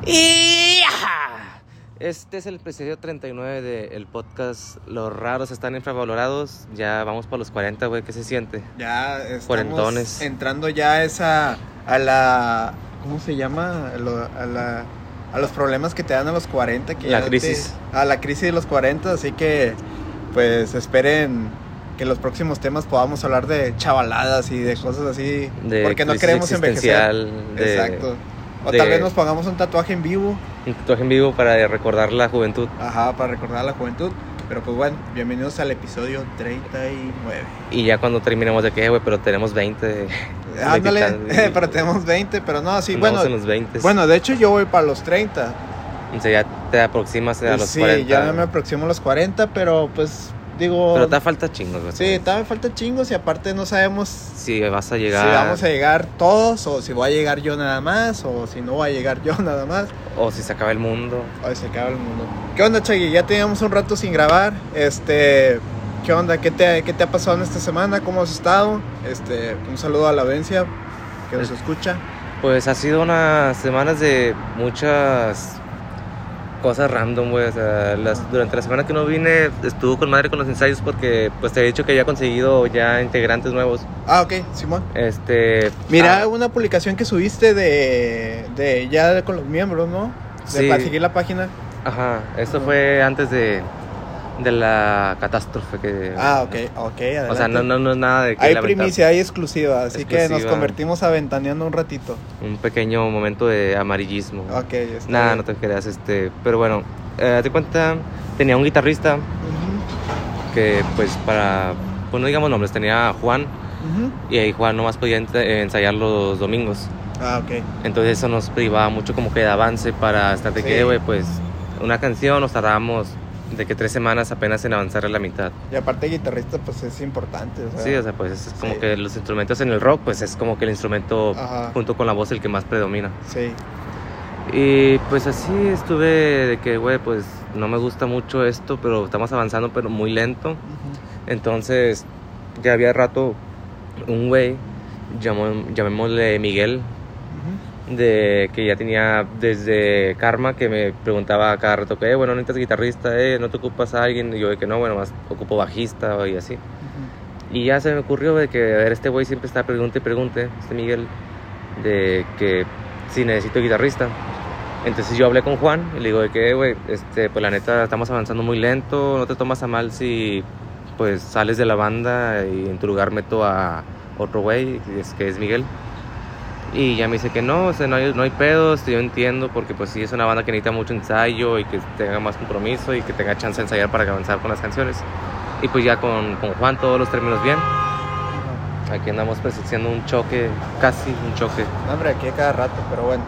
Y este es el episodio 39 del podcast Los raros están infravalorados. Ya vamos para los 40, güey. ¿Qué se siente? Ya estamos Cuarentones. entrando ya a la... ¿Cómo se llama? A los problemas que te dan a los 40. Que La ya crisis. A la crisis de los 40. Así que, pues, esperen que en los próximos temas podamos hablar de chavaladas y de cosas así. De porque no crisis queremos envejecer. existencial, Exacto. O tal vez nos pongamos un tatuaje en vivo. Un tatuaje en vivo para recordar la juventud. Ajá, para recordar a la juventud. Pero pues bueno, bienvenidos al episodio 39. Y ya cuando terminemos de qué, güey, pero tenemos 20. Ándale, pero tenemos 20, pero no, sí, bueno. En los 20. Bueno, de hecho yo voy para los 30. O sea, ya te aproximas a los sí, 40. ya me aproximo a los 40, pero pues digo... Pero te falta chingos, güey. Sí, todavía falta chingos y aparte no sabemos si vas a llegar. Si vamos a llegar todos o si voy a llegar yo nada más o si no voy a llegar yo nada más. O si se acaba el mundo. O si se acaba el mundo. ¿Qué onda, Chagui? Ya teníamos un rato sin grabar. ¿Qué onda? ¿Qué te ha pasado en esta semana? ¿Cómo has estado? Un saludo a la audiencia que nos escucha. Pues ha sido unas semanas de muchas cosas random, güey. O sea, durante la semana que no vine estuvo con madre con los ensayos porque pues te he dicho que había conseguido ya integrantes nuevos. Ah, ok, Simón. Mira una publicación que subiste de ya con los miembros, ¿no? Sí. Para seguir la página. Ajá, esto fue antes de la catástrofe que... Ah, ok, adelante. O sea, no es nada de que hay primicia, hay exclusiva, así que nos convertimos a Ventaneando un ratito. Un pequeño momento de amarillismo. Ok, nada, no te creas, pero bueno, te cuenta, tenía un guitarrista que pues pues no digamos nombres, tenía a Juan, y ahí Juan nomás podía ensayar los domingos. Ah, ok. Entonces eso nos privaba mucho como que de avance para estar de que, güey, pues una canción nos tardábamos de que 3 semanas apenas en avanzar a la mitad. Y aparte guitarrista pues es importante, o sea. Sí, o sea, pues es como que los instrumentos en el rock, pues es como que el instrumento junto con la voz el que más predomina. Sí. Y pues así estuve de que, güey, pues no me gusta mucho esto, pero estamos avanzando, pero muy lento. Entonces, ya había rato un güey, llamémosle Miguel, de que ya tenía desde Karma, que me preguntaba cada rato que, bueno, no necesitas guitarrista, no te ocupas a alguien, y yo de que no, bueno, más ocupo bajista y así. Y ya se me ocurrió de que, a ver, este güey siempre está pregunte, Miguel, de que si necesito guitarrista. Entonces yo hablé con Juan y le digo de que, güey, pues la neta estamos avanzando muy lento, no te tomas a mal si pues sales de la banda y en tu lugar meto a otro güey, que es Miguel. Y ya me dice que no, o sea, no hay pedos, yo entiendo, porque pues sí es una banda que necesita mucho ensayo y que tenga más compromiso y que tenga chance de ensayar para avanzar con las canciones. Y pues ya con Juan todos los términos bien. Aquí andamos presenciando un choque, casi un choque. No, hombre, aquí a cada rato, pero bueno.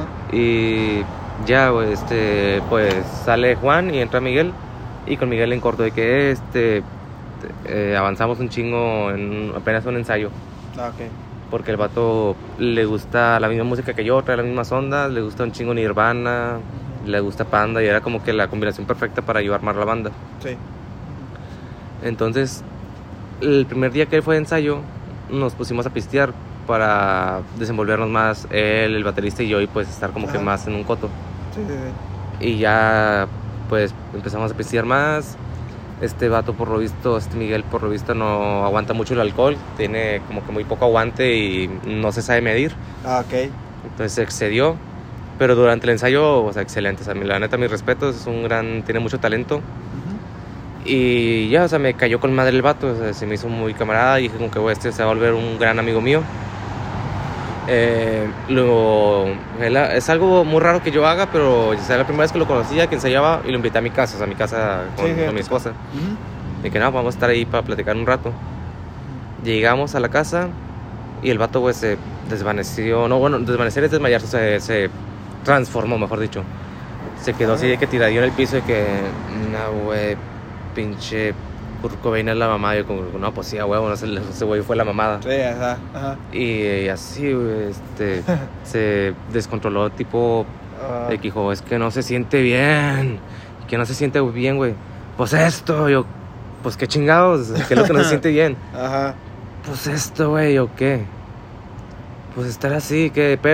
Y ya, pues sale Juan y entra Miguel. Y con Miguel en corto de que avanzamos un chingo en apenas un ensayo. Ah, ok. Porque el vato le gusta la misma música que yo, trae las mismas ondas, le gusta un chingo Nirvana, le gusta Panda y era como que la combinación perfecta para yo armar la banda. Sí. Entonces, el primer día que él fue de ensayo, nos pusimos a pistear para desenvolvernos más, él, el baterista y yo, y pues estar como que más en un coto. Sí. Y ya, pues empezamos a pistear más. Este vato, por lo visto, Miguel, por lo visto, no aguanta mucho el alcohol. Tiene como que muy poco aguante y no se sabe medir. Ah, ok. Entonces se excedió. Pero durante el ensayo, o sea, excelente. O sea, la neta, mis respetos, tiene mucho talento. Y ya, o sea, me cayó con madre el vato. O sea, se me hizo muy camarada y dije como que, güey, se va a volver un gran amigo mío. Es algo muy raro que yo haga, pero o sea, la primera vez que lo conocía, que ensayaba, y lo invité a mi casa, con mi esposa. De que no, vamos a estar ahí para platicar un rato. Llegamos a la casa y el vato, güey, se desvaneció. No, bueno, desvanecer es desmayarse, o sea, se transformó, mejor dicho. Se quedó así de que tiradillo en el piso y que, no, güey, pinche Kurt Cobain es la mamá. Yo como, no, pues sí, a huevo, no sé, ese güey fue la mamada. Sí, ajá. Y así, güey, se descontroló, tipo, de que dijo, es que no se siente bien. Que no se siente bien, güey. Pues esto, yo, pues qué chingados, ¿qué es lo que no se siente bien? Ajá. Pues esto, güey, ¿o qué? Pues estar así, ¿qué pedo?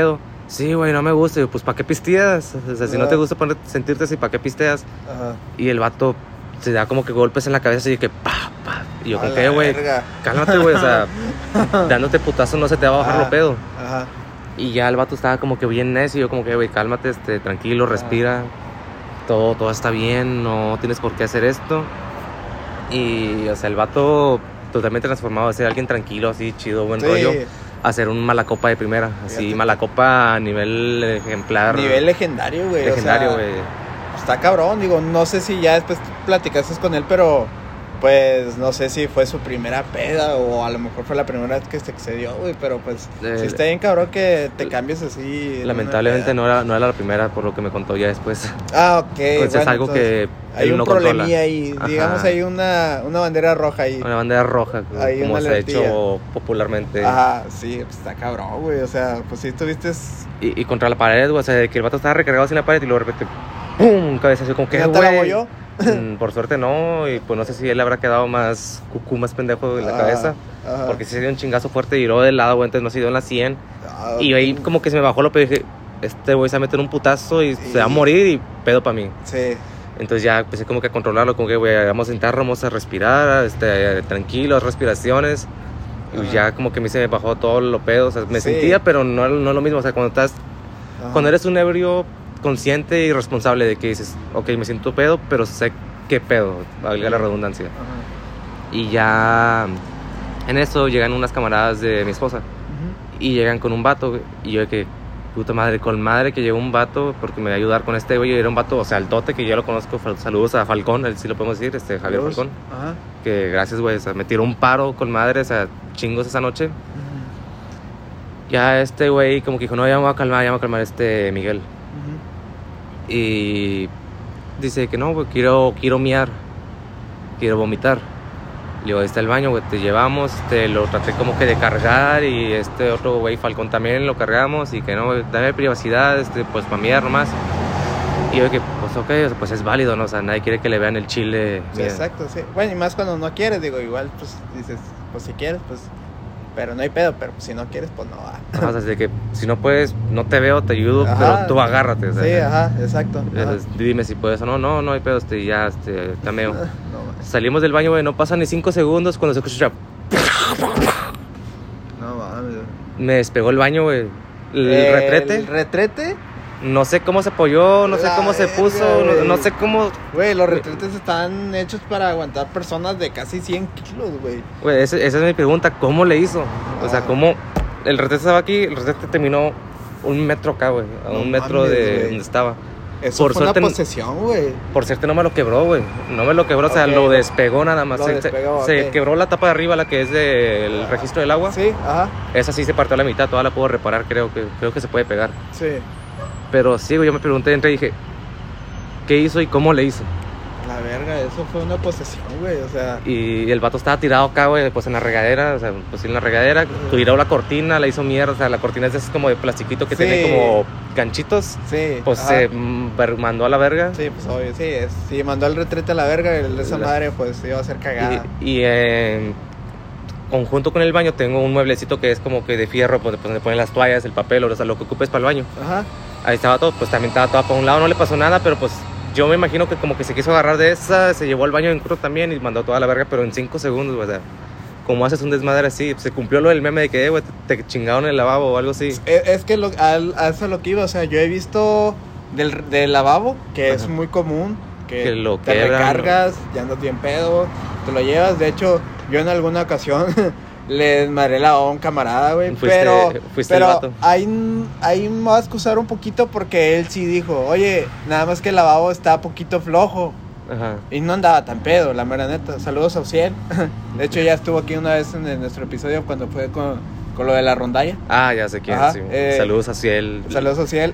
sí, güey, no me gusta. Y yo, pues, ¿para qué pisteas? O sea, si no te gusta sentirte así, ¿para qué pisteas? Ajá. Y el vato se da como que golpes en la cabeza, así de que, pa, pa. Y yo, A ¿con la qué, güey? verga. Cálmate, güey, o sea, dándote putazo no se te va a bajar lo pedo. Ajá. Y ya el vato estaba como que bien necio. Yo como que, güey, cálmate, tranquilo, respira. Todo está bien, no tienes por qué hacer esto. Y, o sea, el vato totalmente transformado de ser alguien tranquilo, así, chido, buen rollo, a ser un malacopa de primera. Así, Fíjate. malacopa a nivel ejemplar. Nivel legendario, güey. Legendario, o sea, güey. está cabrón, digo, no sé si ya después platicaste con él, pero pues no sé si fue su primera peda o a lo mejor fue la primera vez que se excedió, güey, pero pues sí está bien cabrón que te cambies así. Lamentablemente no era la primera, por lo que me contó ya después. Ah, ok. Pues es algo que hay él un no problemilla controla. ahí, Ajá. digamos, hay una bandera roja ahí. Una bandera roja, Hay como una se ha alertilla. hecho popularmente. Ajá, sí, pues está cabrón, güey, o sea, pues sí tuviste... Y contra la pared, güey, o sea, de que el vato estaba recargado así en la pared y luego de repente, ¡pum! Cabezazo, como que, ¿Ya te la voy yo? Por suerte no, y pues no sé si él habrá quedado más cucú, más pendejo en la cabeza. Ajá. Porque sí se dio un chingazo fuerte y tiró del lado, güey, entonces no se dio en la 100. Ah, Y ahí como que se me bajó lo pedo y dije, este güey se va a meter un putazo y se va a morir y pedo para mí. Sí. Entonces ya empecé como que a controlarlo, como que, güey, vamos a sentar, vamos a respirar, tranquilos, respiraciones. Y Ajá. ya como que a mí se me bajó todo lo pedo, o sea, me Sí. sentía, pero no lo mismo, o sea, Ajá. cuando eres un ebrio consciente y responsable de que dices, ok, me siento pedo, pero sé qué pedo, valga la redundancia. Ajá. Y ya en eso llegan unas camaradas de mi esposa Ujú. y llegan con un vato, güey, y yo de que, puta madre, con madre que llegó un vato, porque me va a ayudar con este güey, era un vato, o sea, altote, que yo lo conozco, saludos a Falcón, él sí lo podemos decir, Javier Saludos. Falcón, Ajá. que gracias, güey, o sea, me tiró un paro con madre, o sea, chingos esa noche. Ujú. Ya este güey como que dijo, no, ya me voy a calmar Miguel. Ujú. Y dice que no, güey, quiero miar, quiero vomitar. Le digo, ahí está el baño, güey, te llevamos, lo traté como que de cargar y este otro güey, Falcón, también lo cargamos y que no, güey, dame privacidad, pues para miar nomás. Y yo que, pues ok, o sea, pues es válido, ¿no? O sea, nadie quiere que le vean el chile. Sí, exacto, sí. Bueno, y más cuando no quieres, digo, igual, pues dices, pues si quieres, pues, pero no hay pedo, pero si no quieres, pues no va. O sea, de que si no puedes, no te veo, te ayudo, Ajá. pero tú agárrate. O sea, Sí, ajá, exacto. Ajá. dime si puedes o no, no hay pedo, ya, tameo. No, mames. Salimos del baño, güey, no pasan ni 5 segundos cuando se escucha. No mames. Me despegó el baño, güey. El retrete. El retrete, No sé cómo se apoyó, no sé La cómo se verga, puso, güey. no sé cómo. güey, los retretes están hechos para aguantar personas de casi 100 kilos, güey. Güey, esa es mi pregunta, ¿cómo le hizo? O sea, Ah. ¿cómo? El retrete estaba aquí, el retrete terminó 1 metro acá, güey. A No 1 metro mames, de güey. donde estaba. Eso Por fue suerte- una posesión, güey. Por cierto, no me lo quebró, güey. No me lo quebró, o sea, Ok, lo despegó nada más. lo Se despegó, ok. quebró la tapa de arriba, la que es del registro del agua. Sí, ajá, Esa sí se partió a la mitad, toda la puedo reparar, creo que se puede pegar. sí. Pero sí, güey, yo me pregunté, entré y dije, ¿qué hizo y cómo le hizo? La verga, eso fue una posesión, güey, o sea. Y el vato estaba tirado acá, güey, pues en la regadera, o sea, pues sí, en la regadera, tiró la cortina, la hizo mierda, o sea, la cortina es de esas como de plastiquito que Sí. tiene como ganchitos, Sí, pues ajá. se mandó a la verga. Sí, pues obvio, sí, si mandó el retrete a la verga, el de esa madre, pues iba a ser cagada. Y en conjunto con el baño tengo un mueblecito que es como que de fierro, pues donde ponen las toallas, el papel, o sea, lo que ocupes para el baño. Ajá. Ahí estaba todo, pues también estaba todo para un lado, no le pasó nada, pero pues yo me imagino que como que se quiso agarrar de esa, se llevó al baño en curso también y mandó toda la verga, pero en 5 segundos, güey, o sea, como haces un desmadre así, se cumplió lo del meme de que, güey, te chingaron en el lavabo o algo así. Es que a eso es lo que iba, o sea, yo he visto del lavabo, que es Ajá. muy común, Que lo te quebran, recargas, ya andas bien pedo, te lo llevas. De hecho, yo en alguna ocasión le desmadré la a un camarada, güey, Fuiste el vato. ahí me vas a excusar un poquito porque él sí dijo, oye, nada más que el lavabo está poquito flojo. Ajá. Y no andaba tan pedo, la mera neta. Saludos a Uciel. De hecho, ya estuvo aquí una vez en nuestro episodio cuando fue con lo de la rondalla. Ah, ya sé quién, Ajá, sí. eh, Saludos a Ciel. Saludos a Uciel.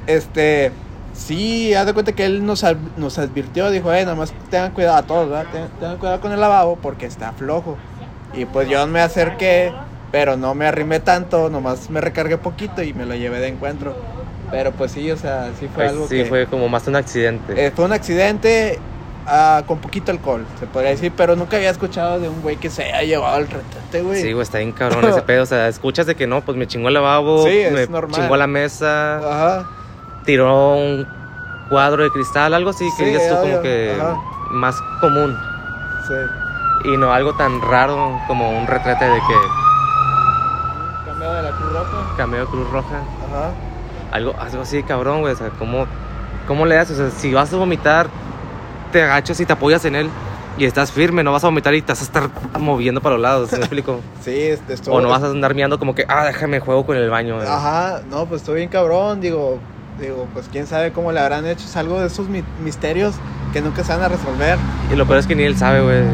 Sí, haz de cuenta que él nos advirtió, dijo, nada más tengan cuidado a todos, ¿verdad? Tengan cuidado con el lavabo porque está flojo. Y pues yo me acerqué, pero no me arrimé tanto, nomás me recargué poquito y me lo llevé de encuentro. Pero pues sí, o sea, sí fue Pues algo sí, que... fue como más un accidente. Fue un accidente con poquito alcohol, se podría decir, pero nunca había escuchado de un güey que se haya llevado el retrete, güey. Sí, güey, está bien cabrón ese pedo. O sea, escuchas de que no, pues me chingó el lavabo, Sí, es me normal. chingó la mesa, Ajá. tiró un cuadro de cristal, algo así que Sí, digas tú como obvio. que Ajá. más común. Sí. Y no algo tan raro como un retrete de que Cambiado de la Cruz Roja. cameo Cruz Roja. Ajá. Algo así, cabrón, güey. O sea, ¿cómo le haces? O sea, si vas a vomitar, te agachas y te apoyas en él y estás firme, no vas a vomitar y te vas a estar moviendo para los lados, ¿sí me explico? Sí, estuvo... O no vas a andar mirando como que, déjame juego con el baño. Ajá, no, pues estuvo bien cabrón, digo, pues quién sabe cómo le habrán hecho. Es algo de esos misterios que nunca se van a resolver. Y lo peor es que ni él sabe, güey.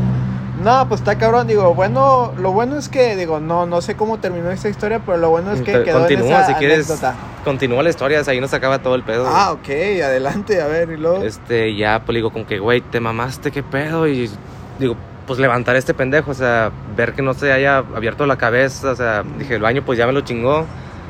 No, pues está cabrón, digo, bueno, lo bueno es que, digo, no sé cómo terminó esta historia, pero lo bueno es que quedó Continúa, en esa si quieres. anécdota. Continúa la historia, o sea, ahí nos acaba todo el pedo. Ok, adelante, a ver, y luego... Ya, pues digo, como que, güey, te mamaste, qué pedo. Y digo, pues levantar a este pendejo, o sea, ver que no se haya abierto la cabeza, o sea, dije, el baño pues ya me lo chingó.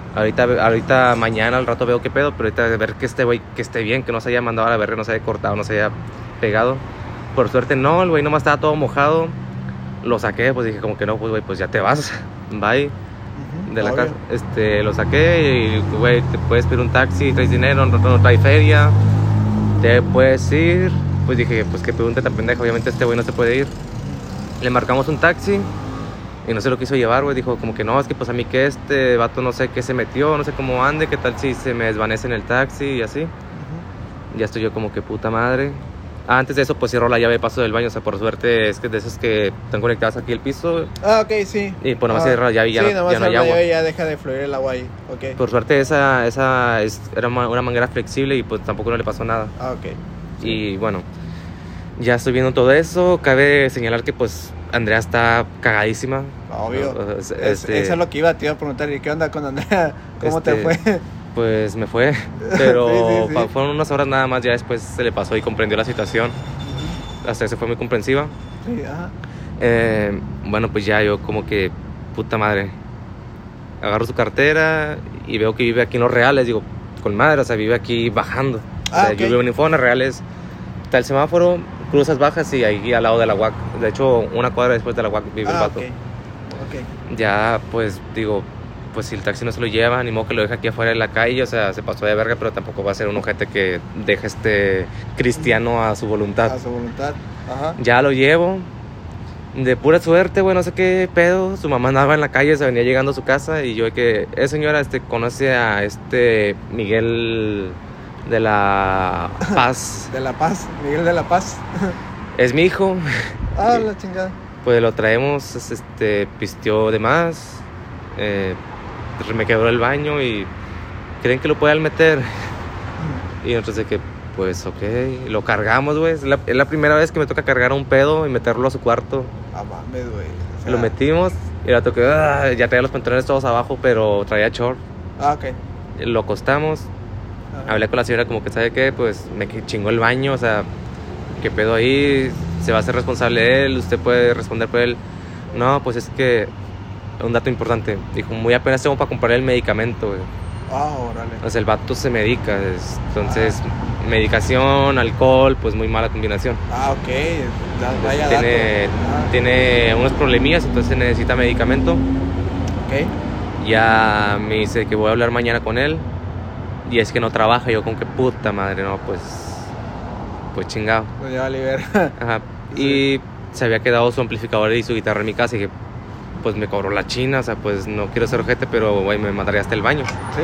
Ahorita mañana al rato veo qué pedo, pero ahorita ver que este güey que esté bien, que no se haya mandado a la verga, no se haya cortado, no se haya pegado. Por suerte no, el güey nomás estaba todo mojado. Lo saqué, pues dije como que no, pues güey, pues ya te vas. Bye. De la obvio. casa. Lo saqué y güey, te puedes pedir un taxi, traes dinero, no traes feria. Te puedes ir. Pues dije, pues que pregunte tan pendejo, obviamente este güey no se puede ir. Le marcamos un taxi y no se lo quiso llevar, güey. Dijo como que no, es que pues a mí que este vato no sé qué se metió, no sé cómo ande, qué tal si se me desvanece en el taxi y así. Ya estoy yo como que puta madre. Antes de eso pues cierro la llave de paso del baño, o sea, por suerte es que de esas que están conectadas aquí el piso. Ok, sí. Y pues nomás cierro la llave y ya, sí, no, ya no hay la agua. llave ya deja de fluir el agua ahí, ok. Por suerte esa era una manguera flexible y pues tampoco no le pasó nada. Ok. Y bueno, ya estoy viendo todo eso. Cabe señalar que pues Andrea está cagadísima. Obvio. Eso Eso es lo que te iba a preguntar. ¿Y qué onda con Andrea? ¿Cómo te fue? Pues me fue, pero Sí. fueron unas horas nada más, ya después se le pasó y comprendió la situación. Hasta eso fue muy comprensiva. Sí, ajá. Bueno, pues ya yo como que, puta madre, agarro su cartera y veo que vive aquí en Los Reales, digo, con madre, o sea, vive aquí bajando. O sea, Ok. yo vivo en Infonas Reales, está el semáforo, cruzas, bajas y ahí al lado de la UAC. De hecho, una cuadra después de la UAC vive el vato. Ok. Ya, pues, digo, pues si el taxi no se lo lleva, ni modo que lo deja aquí afuera en la calle, o sea, se pasó de verga, pero tampoco va a ser un ojete que deje cristiano a su voluntad. A su voluntad. Ajá. Ya lo llevo. De pura suerte, güey, no sé qué pedo. Su mamá andaba en la calle, se venía llegando a su casa y yo de que, señora, conoce a Miguel de la Paz. De La Paz, Miguel de La Paz. Es mi hijo. La chingada. Pues lo traemos, pisteó de más. Me quebró el baño y creen que lo puedan meter. Y nosotros de que, pues ok, lo cargamos, güey. Es la primera vez que me toca cargar a un pedo y meterlo a su cuarto. Mames, güey. O sea, Lo metimos y la toqué, ya traía los pantalones todos abajo, pero traía short. Ok. Lo acostamos, hablé con la señora como que, ¿sabe qué? Pues me chingó el baño, o sea, ¿qué pedo ahí? ¿Se va a hacer responsable él? ¿Usted puede responder por él? No, pues es que, un dato importante, dijo, muy apenas tengo para comprar el medicamento, güey. Órale. O sea, el vato se medica, entonces, medicación, alcohol, pues muy mala combinación. Ok. Vaya Tiene, dato. tiene unos problemillas, entonces necesita medicamento. Ok. Ya me dice que voy a hablar mañana con él. Y es que no trabaja. Yo con que puta madre, no, pues chingado. Pues ya vale ver. Ajá. Y se había quedado su amplificador y su guitarra en mi casa. Y que pues me cobró la china. O sea, pues no quiero ser ojete, pero güey, me mandaría hasta el baño. Sí.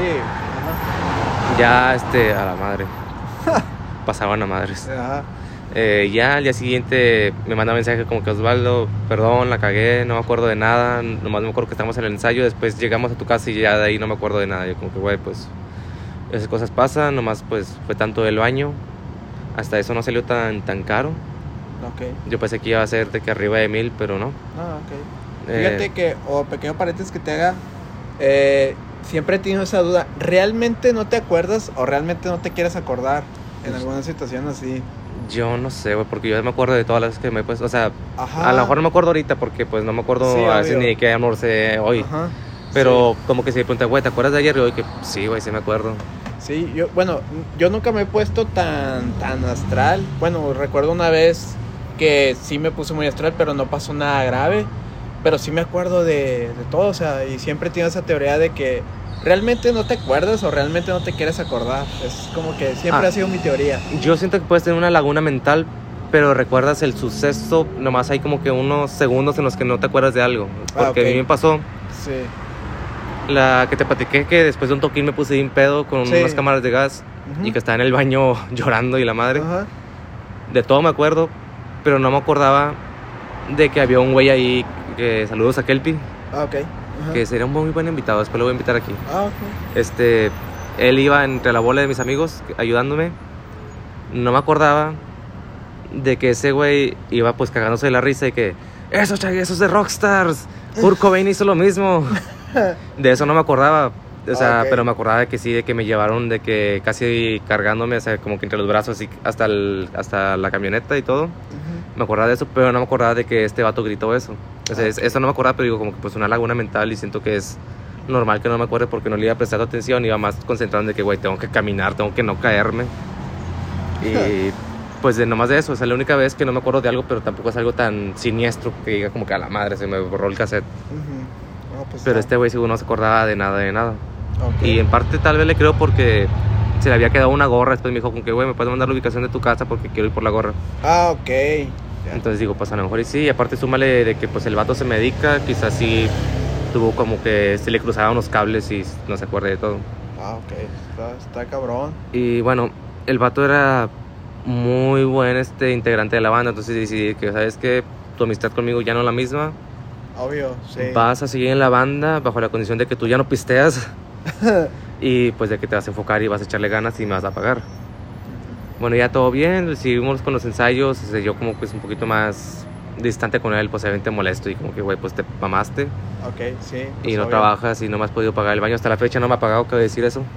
Ya a la madre. Pasaban a madres. Ajá. Ya al día siguiente me manda mensaje como que Osvaldo, perdón, la cagué, no me acuerdo de nada, nomás me acuerdo que estamos en el ensayo, después llegamos a tu casa y ya de ahí no me acuerdo de nada. Yo como que güey, pues esas cosas pasan, nomás pues fue tanto del baño, hasta eso no salió tan caro. Ok. Yo pensé que iba a ser de que arriba de 1,000, pero no. Ok. Fíjate que, pequeño paréntesis que te haga, siempre he tenido esa duda, ¿realmente no te acuerdas o realmente no te quieres acordar en alguna situación así? Yo no sé, güey, porque yo me acuerdo de todas las que me he puesto, o sea, Ajá. a lo mejor no me acuerdo ahorita porque pues no me acuerdo Sí, a veces obvio. ni de qué almorcé hoy. Ajá. Pero como que si me preguntan, güey, ¿te acuerdas de ayer? Y yo que sí, güey, sí me acuerdo. Sí, yo nunca me he puesto tan astral. Bueno, recuerdo una vez que sí me puse muy astral, pero no pasó nada grave. Pero sí me acuerdo de todo, o sea, y siempre tengo esa teoría de que realmente no te acuerdas o realmente no te quieres acordar. Es como que siempre ha sido mi teoría. Yo siento que puedes tener una laguna mental, pero recuerdas el suceso, nomás hay como que unos segundos en los que no te acuerdas de algo. Porque ok. a mí me pasó, Sí. la que te platiqué, que después de un toquín me puse bien pedo con Sí. unas cámaras de gas Ujú. y que estaba en el baño llorando y la madre. Ajá. De todo me acuerdo, pero no me acordaba de que había un güey ahí, que saludos a Kelpi, Ah, ok. Ajá. que sería un muy buen invitado, después lo voy a invitar aquí. Ah, ok. Él iba entre la bola de mis amigos ayudándome. No me acordaba de que ese güey iba pues cagándose de la risa y que eso es de Rockstars, Kurt Cobain hizo lo mismo. De eso no me acordaba, o sea, Ok. pero me acordaba de que sí, de que me llevaron, de que casi cargándome, o sea, como que entre los brazos así hasta la camioneta y todo. Ujú. Me acordaba de eso, pero no me acordaba de que este vato gritó eso. O sea, Ok. eso no me acordaba, pero digo, como que pues una laguna mental, y siento que es normal que no me acuerde porque no le iba prestando atención, iba más concentrado en de que, güey, tengo que caminar, tengo que no caerme. Y pues nomás de eso, o sea, la única vez que no me acuerdo de algo, pero tampoco es algo tan siniestro que diga como que a la madre se me borró el cassette. Ujú. No, pues Pero no. este güey seguro no se acordaba de nada, Ok. Y en parte tal vez le creo porque se le había quedado una gorra. Después me dijo como que, güey, ¿me puedes mandar la ubicación de tu casa porque quiero ir por la gorra? Ah, ok. Ya. Entonces digo, pues a lo mejor y sí. Y aparte súmale de que pues el vato se medica, quizás sí tuvo como que se le cruzaban los cables y no se acuerde de todo. Ah, ok. Está cabrón. Y bueno, el vato era muy buen integrante de la banda. Entonces decidí que, ¿sabes qué? Tu amistad conmigo ya no es la misma. Obvio, sí. Vas a seguir en la banda bajo la condición de que tú ya no pisteas. Y pues de que te vas a enfocar y vas a echarle ganas y me vas a pagar. Bueno, ya todo bien, seguimos con los ensayos. Yo como pues un poquito más distante con él, pues obviamente molesto y como que, güey, pues te mamaste Ok, sí. y pues, no obvio. trabajas y no me has podido pagar el baño. Hasta la fecha no me ha pagado, cabe decir eso.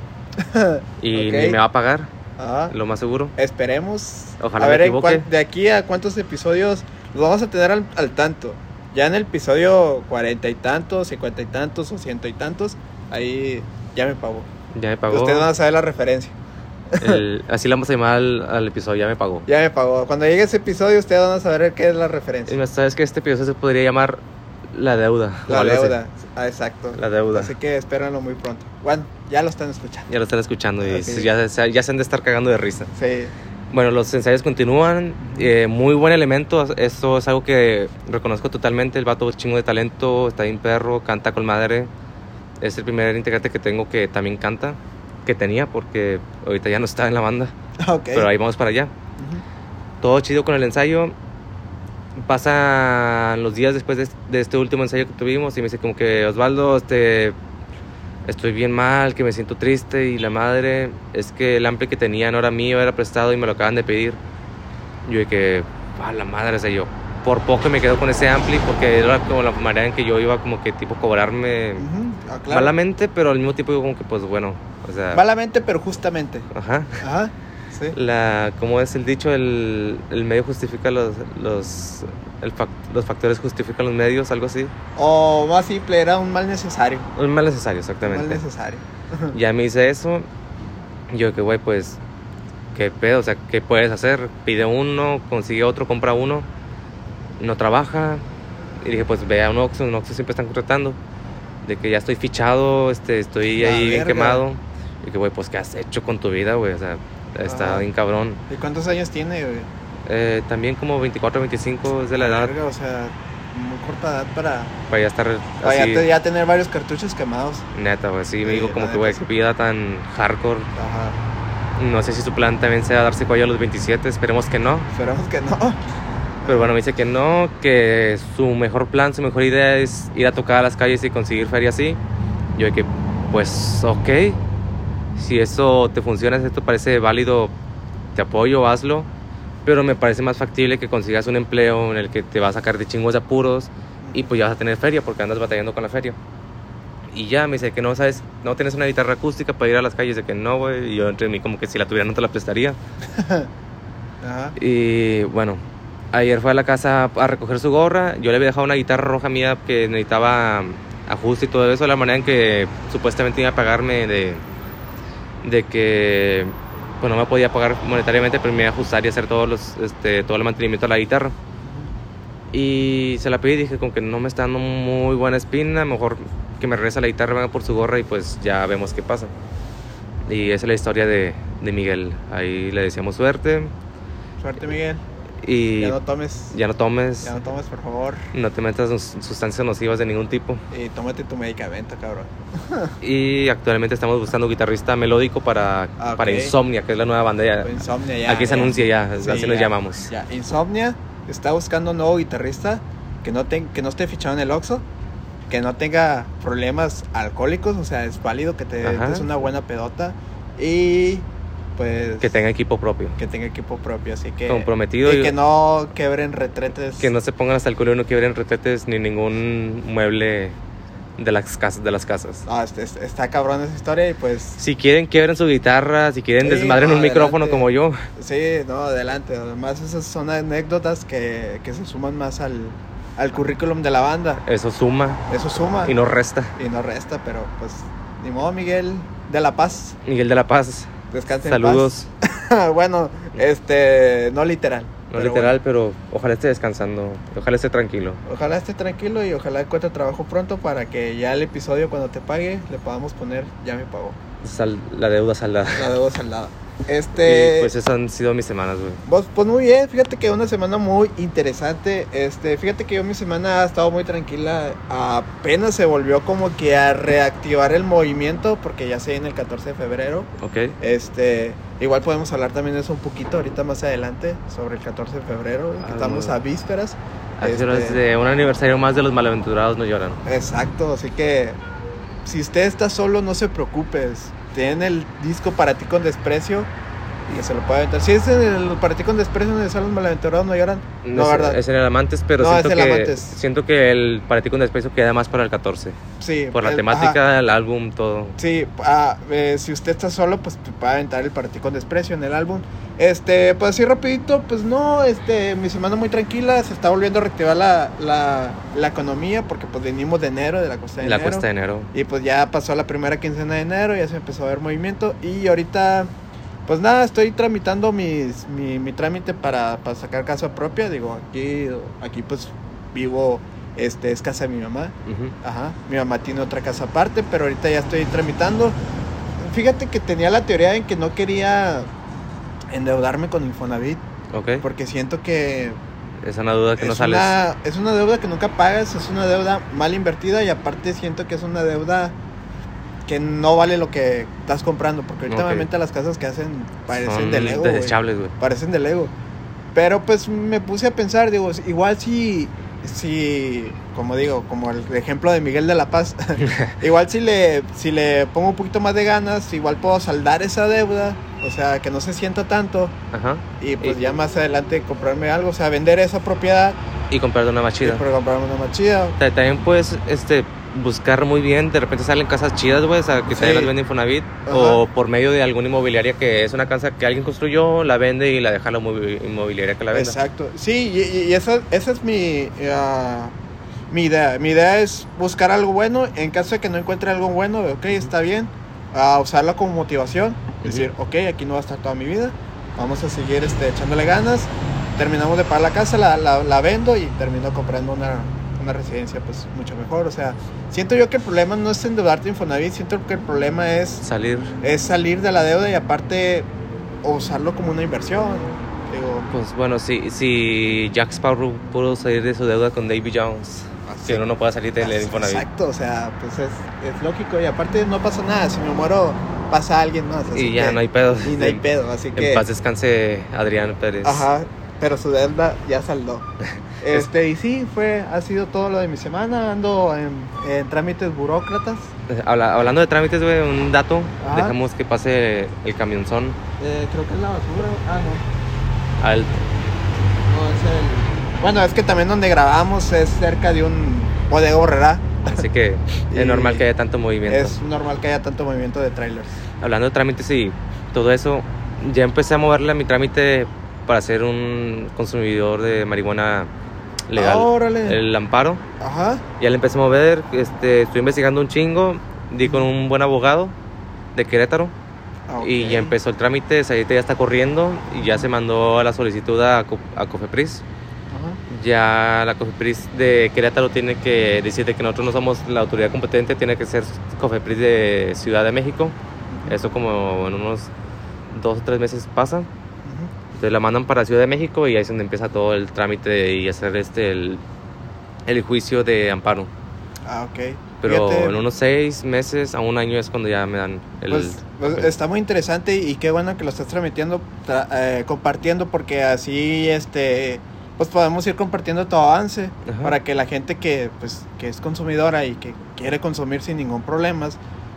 Y Ok. ni me va a pagar, Ajá. lo más seguro. Esperemos. Ojalá a me ver, equivoque. de aquí a cuántos episodios los vamos a tener al tanto. Ya en el episodio 40 y tantos, 50 y tantos o 100 y tantos, ahí ya me pagó. Ya me pagó. Ustedes van a saber la referencia. Así le vamos a llamar al episodio, ya me pagó. Ya me pagó. Cuando llegue ese episodio, ustedes van a saber qué es la referencia. Y sabes que este episodio se podría llamar La Deuda. o La algo así. deuda. Ah, exacto. La deuda. Así que espérenlo muy pronto. Bueno, ya lo están escuchando. Ya lo están escuchando y Ok. ya se han de estar cagando de risa. Sí. Bueno, los ensayos continúan. Muy buen elemento. Esto es algo que reconozco totalmente. El vato es chingo de talento. Está bien perro. Canta con madre. Es el primer integrante que tengo que también canta. Que tenía porque ahorita ya no está en la banda. Ok. Pero ahí vamos para allá. Ujú. Todo chido con el ensayo. Pasan los días después de este último ensayo que tuvimos y me dice como que, Osvaldo, estoy bien mal, que me siento triste y la madre, es que el ampli que tenía no era mío, era prestado y me lo acaban de pedir. Yo de que, a la madre, o sea, yo por poco me quedo con ese ampli porque era como la manera en que yo iba como que tipo cobrarme Ujú. Ah, claro. malamente, pero al mismo tiempo yo como que pues bueno, o sea, Malamente, pero justamente. ajá. Ajá. Sí. Como es el dicho, el medio justifica los factores justifican los medios, algo así. O más simple, era un mal necesario. Un mal necesario, Un mal exactamente. necesario. Ya me hice eso. Yo que, güey, pues, ¿qué pedo? O sea, ¿qué puedes hacer? Pide uno, consigue otro, compra uno. No trabaja. Y dije, pues, ve a un Oxxo. En Oxxo siempre están contratando. De que ya estoy fichado, estoy La ahí bien verga. quemado. Y que, güey, pues, ¿qué has hecho con tu vida, güey? O sea, está Ajá. bien cabrón. ¿Y cuántos años tiene, güey? También como 24, 25 es de la edad. Verga, o sea, muy corta edad para Para ya estar ya, así, ya tener varios cartuchos quemados. neta, güey. Sí, me Sí, digo la como que, neta, güey, sí. qué vida tan hardcore. Ajá. No sé si su plan también sea darse cuello a los 27, esperemos que no. Esperamos que no. Pero bueno, me dice que no, que su mejor plan, su mejor idea es ir a tocar a las calles y conseguir feria así. Yo de que, pues, ok. Si eso te funciona, si esto parece válido, te apoyo, hazlo. Pero me parece más factible que consigas un empleo en el que te va a sacar de chingos de apuros y pues ya vas a tener feria porque andas batallando con la feria. Y ya me dice que no, ¿sabes? No tienes una guitarra acústica para ir a las calles. De que no, güey. Y yo entre mí como que si la tuviera no te la prestaría. Ajá. Y bueno, ayer fue a la casa a recoger su gorra. Yo le había dejado una guitarra roja mía que necesitaba ajuste y todo eso. La manera en que supuestamente iba a pagarme de que pues no me podía pagar monetariamente, pero me iba a ajustar y hacer todo el mantenimiento de la guitarra. Y se la pedí y dije, con que no me está dando muy buena espina, mejor que me regrese la guitarra, venga por su gorra y pues ya vemos qué pasa. Y esa es la historia de Miguel. Ahí le deseamos suerte. Suerte, Miguel. Y ya no tomes. Ya no tomes, por favor. No te metas sustancias nocivas de ningún tipo. Y tómate tu medicamento, cabrón. Y actualmente estamos buscando un guitarrista melódico para Insomnia, que es la nueva banda. Insomnia, ya. Aquí se anuncia ya, sí, así nos llamamos. Ya, Insomnia está buscando un nuevo guitarrista que no esté fichado en el Oxxo, que no tenga problemas alcohólicos, o sea, es válido que te des una buena pedota y pues que tenga equipo propio. Así que comprometido y que no quebren retretes. Que no se pongan hasta el culo y no quebren retretes ni ningún mueble de las casas. No, está cabrón esa historia y pues... Si quieren, quiebren su guitarra, si quieren, desmadren un micrófono como yo. Sí, no, adelante. Además, esas son anécdotas que se suman más al currículum de la banda. Eso suma. Y no resta. Pero pues, ni modo, Miguel de la Paz. Descansen. Saludos. En paz. Bueno, no literal. No literal, pero ojalá esté descansando, ojalá esté tranquilo. Ojalá esté tranquilo y ojalá encuentre trabajo pronto para que ya el episodio cuando te pague le podamos poner ya me pagó. La deuda saldada. Y pues esas han sido mis semanas, güey. Pues muy bien, fíjate que una semana muy interesante. Fíjate que mi semana ha estado muy tranquila. Apenas se volvió como que a reactivar el movimiento porque ya se viene el 14 de febrero. Ok. Igual podemos hablar también de eso un poquito ahorita más adelante sobre el 14 de febrero, que estamos a vísperas. A vísperas de un aniversario más de Los Malaventurados No Lloran. Exacto, así que si usted está solo, no se preocupe. Tienen el disco Para Ti Con Desprecio y se lo puede aventar. Si es el Para Ti Con Desprecio donde salen Los Malaventurados No Lloran, no, ¿verdad? Es en el Amantes, pero siento que el Para Ti Con Desprecio queda más para el 14. Sí. Por la temática, el álbum, todo. Sí, si usted está solo, pues puede aventar el Para Ti Con Desprecio en el álbum. Pues así rapidito, pues no, mi semana muy tranquila, se está volviendo a reactivar la economía porque pues venimos de enero, de la cuesta de enero. Y pues ya pasó la primera quincena de enero, ya se empezó a ver movimiento y ahorita pues nada, estoy tramitando mi trámite para sacar casa propia. Digo, aquí pues vivo, es casa de mi mamá. Uh-huh. Ajá, mi mamá tiene otra casa aparte, pero ahorita ya estoy tramitando. Fíjate que tenía la teoría en que no quería endeudarme con Infonavit. Okay. Porque siento que es una deuda que no sales. Es una deuda que nunca pagas, es una deuda mal invertida y aparte siento que es una deuda que no vale lo que estás comprando, porque ahorita obviamente las casas que hacen parecen de Lego, desechables, güey. Parecen de Lego. Pero pues me puse a pensar, digo, igual si como digo, como el ejemplo de Miguel de la Paz, igual si le pongo un poquito más de ganas, igual puedo saldar esa deuda, o sea, que no se sienta tanto. Ajá. Y pues ya más adelante comprarme algo, o sea, vender esa propiedad y comprarte una más chida. También puedes buscar muy bien, de repente salen casas chidas, güey, o sea, que también las vende Infonavit. Ajá. O por medio de alguna inmobiliaria que es una casa que alguien construyó, la vende y la deja la inmobiliaria que la venda. Exacto, sí, y esa es mi idea. Mi idea es buscar algo bueno, en caso de que no encuentre algo bueno, ok, está bien, usarla como motivación, decir, ok, aquí no va a estar toda mi vida, vamos a seguir echándole ganas, terminamos de pagar la casa, la vendo y termino comprando una residencia pues mucho mejor. O sea, siento yo que el problema no es endeudarte Infonavit, siento que el problema es salir de la deuda y aparte usarlo como una inversión. Digo, pues bueno, si Jack Sparrow pudo salir de su deuda con Davy Jones, que uno no pueda salir de Infonavit. Exacto, o sea, pues es lógico y aparte no pasa nada, si me muero pasa alguien más. Y ya no hay pedo. Y no hay pedo, así que... En paz descanse Adrián Pérez. Ajá, pero su deuda ya saldó. Y sí, ha sido todo lo de mi semana. Ando en trámites burócratas. Hablando de trámites, güey, un dato. Ajá. Dejamos que pase el camionzón. Creo que es la basura. No. No, es el... Bueno, es que también donde grabamos es cerca de un bodega horrera. Así que es normal que haya tanto movimiento. Es normal que haya tanto movimiento de trailers. Hablando de trámites y todo eso, ya empecé a moverle a mi trámite para ser un consumidor de marihuana legal. ¡Órale! El amparo. Ajá. Ya le empecé a mover, estoy investigando un chingo, di con un buen abogado de Querétaro Y Ok. ya empezó el trámite, ahorita ya está corriendo y ya se mandó la solicitud a Cofepris. Ajá. Ya la Cofepris de Querétaro tiene que decirte que nosotros no somos la autoridad competente, tiene que ser Cofepris de Ciudad de México. Eso como en unos 2 o 3 meses pasa. Ujú. Entonces la mandan para Ciudad de México y ahí es donde empieza todo el trámite y hacer el juicio de amparo. Ah, ok. Pero Fíjate, en unos 6 meses a un año es cuando ya me dan el pues papel. está muy interesante y qué bueno que lo estás transmitiendo, compartiendo, porque así pues podemos ir compartiendo tu avance. Ajá. Para que la gente que es consumidora y que quiere consumir sin ningún problema,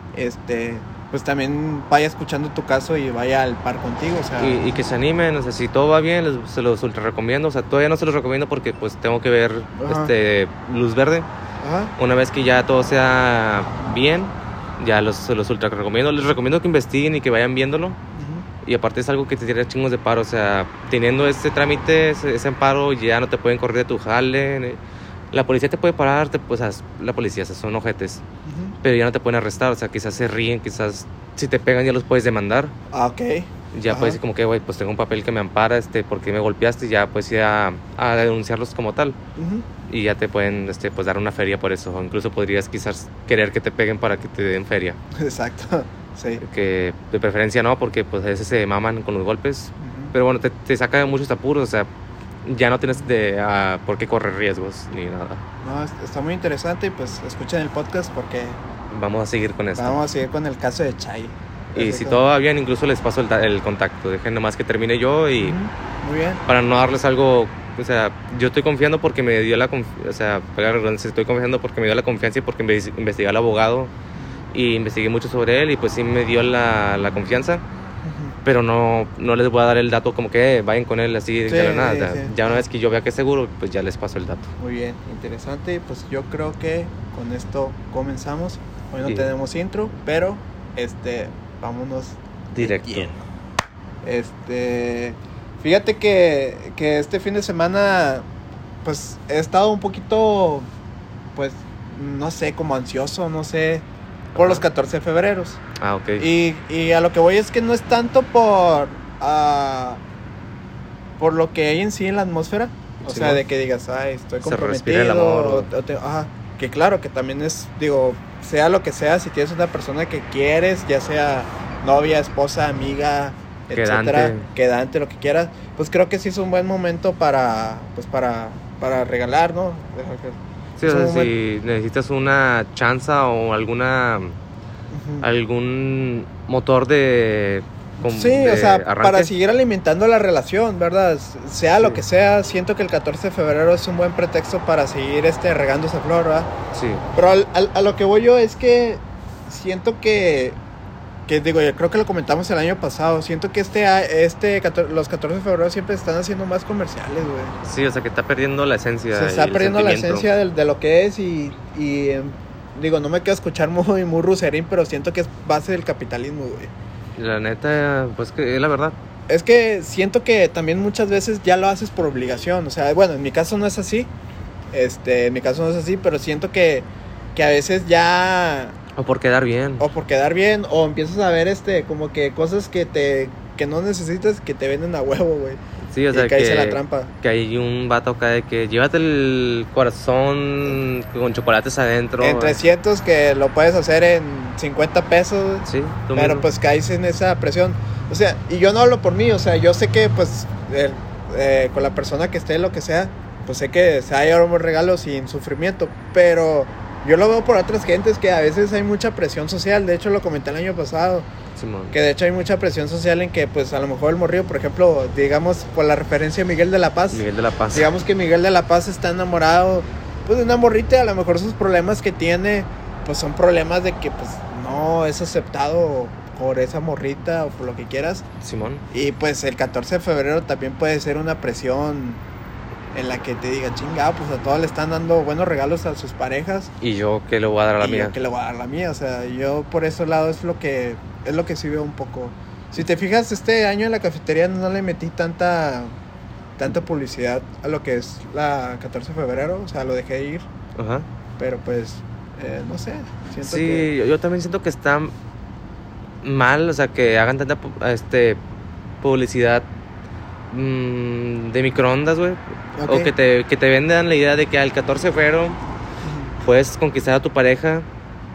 pues también vaya escuchando tu caso y vaya al par contigo, o sea. Y que se animen, o sea, si todo va bien, se los ultra recomiendo. O sea, todavía no se los recomiendo porque pues tengo que ver Ajá. luz verde. Ajá. Una vez que ya todo sea bien, ya se los ultra recomiendo. Les recomiendo que investiguen y que vayan viéndolo. Ujú. Y aparte es algo que te tira chingos de paro. O sea, teniendo este trámite, ese amparo, ya no te pueden correr de tu jale. La policía te puede parar, la policía, o sea, son ojetes. Ujú. Pero ya no te pueden arrestar, o sea, quizás se ríen, quizás si te pegan ya los puedes demandar. Ah, ok. Ya Ajá. puedes decir como que, güey, pues tengo un papel que me ampara, porque me golpeaste, y ya puedes ir a denunciarlos como tal. Ujú. Y ya te pueden, pues dar una feria por eso. O incluso podrías quizás querer que te peguen para que te den feria. Exacto. Sí. Que de preferencia no, porque pues a veces se maman con los golpes. Ujú. Pero bueno, te saca de muchos apuros, o sea, ya no tienes por qué correr riesgos ni nada. No, está muy interesante y pues escuchen el podcast porque Vamos a seguir con esto. vamos a seguir con el caso de Chay. Y si todo va bien, incluso les paso el contacto. Dejen nomás que termine yo y Ujú. Muy bien. para no darles algo, o sea, yo estoy confiando porque me dio o sea, estoy confiando porque me dio la confianza y porque investigué al abogado y investigué mucho sobre él y pues sí me dio la confianza, Ujú. pero no les voy a dar el dato como que vayan con él así Sí, de la nada. sí, O sea, sí. ya una vez que yo vea que es seguro, pues ya les paso el dato. Muy bien, interesante. Pues yo creo que con esto comenzamos. Hoy no Sí. tenemos intro, pero vámonos Directo. de lleno. Fíjate que este fin de semana pues he estado un poquito, pues no sé, como ansioso, no sé, por los 14 de febrero. Ah, ok. Y a lo que voy es que no es tanto por lo que hay en sí en la atmósfera. O Sí, sea, ¿no? de que digas, ay, estoy Se comprometido. respira el amor, Ajá, que claro, que también es, digo, sea lo que sea, si tienes una persona que quieres, ya sea novia, esposa, amiga, etcétera, quedante, lo que quieras, pues creo que sí es un buen momento para regalar, ¿no? Sí, es o sea, un buen- si necesitas una chanza o Ujú. algún motor de Sí, o sea, arranque. para seguir alimentando la relación, ¿verdad? Sea lo Sí. que sea, siento que el 14 de febrero es un buen pretexto para seguir regando esa flor, ¿verdad? Sí, Pero a lo que voy yo es que siento que digo, yo creo que lo comentamos el año pasado, siento que los 14 de febrero siempre están haciendo más comerciales, güey. sí, o sea que está perdiendo la esencia. Se y está el perdiendo la sentimiento. esencia de lo que es digo, no me quiero escuchar muy ruserín, pero siento que es base del capitalismo, güey. La neta, pues que es la verdad. Es que siento que también muchas veces ya lo haces por obligación. O sea, bueno, en mi caso no es así. En mi caso no es así, pero siento que a veces ya... O por quedar bien. O por quedar bien, o empiezas a ver como que cosas que no necesitas que te venden a huevo, güey. Sí, o Y sea caes en la trampa. que hay un vato acá de que llévate el corazón con chocolates adentro. En 300 que lo puedes hacer en 50 pesos. Sí, tú Pero mismo. pues caes en esa presión. O sea, y yo no hablo por mí, o sea, yo sé que pues con la persona que esté, lo que sea, pues sé que se va a llevar un buen regalo sin sufrimiento, pero yo lo veo por otras gentes que a veces hay mucha presión social. De hecho lo comenté el año pasado, Simón. que de hecho hay mucha presión social en que pues a lo mejor el morrillo, por ejemplo, digamos por la referencia de Miguel de la Paz, Miguel de la Paz. digamos que Miguel de la Paz está enamorado pues de una morrita, a lo mejor sus problemas que tiene pues son problemas de que pues no es aceptado por esa morrita o por lo que quieras. Simón. Y pues el 14 de febrero también puede ser una presión en la que te diga, chinga, pues a todos le están dando buenos regalos a sus parejas. Y yo que le voy a dar a la y mía. yo que le voy a dar la mía. O sea, yo por ese lado es lo que sí veo un poco. Si te fijas, este año en la cafetería no le metí tanta publicidad a lo que es la 14 de febrero. O sea, lo dejé ir. Ajá. Pero pues, no sé. Siento Sí, que... yo también siento que está mal, o sea, que hagan tanta publicidad de microondas, güey. Ok. O que te vendan la idea de que al 14 de febrero puedes conquistar a tu pareja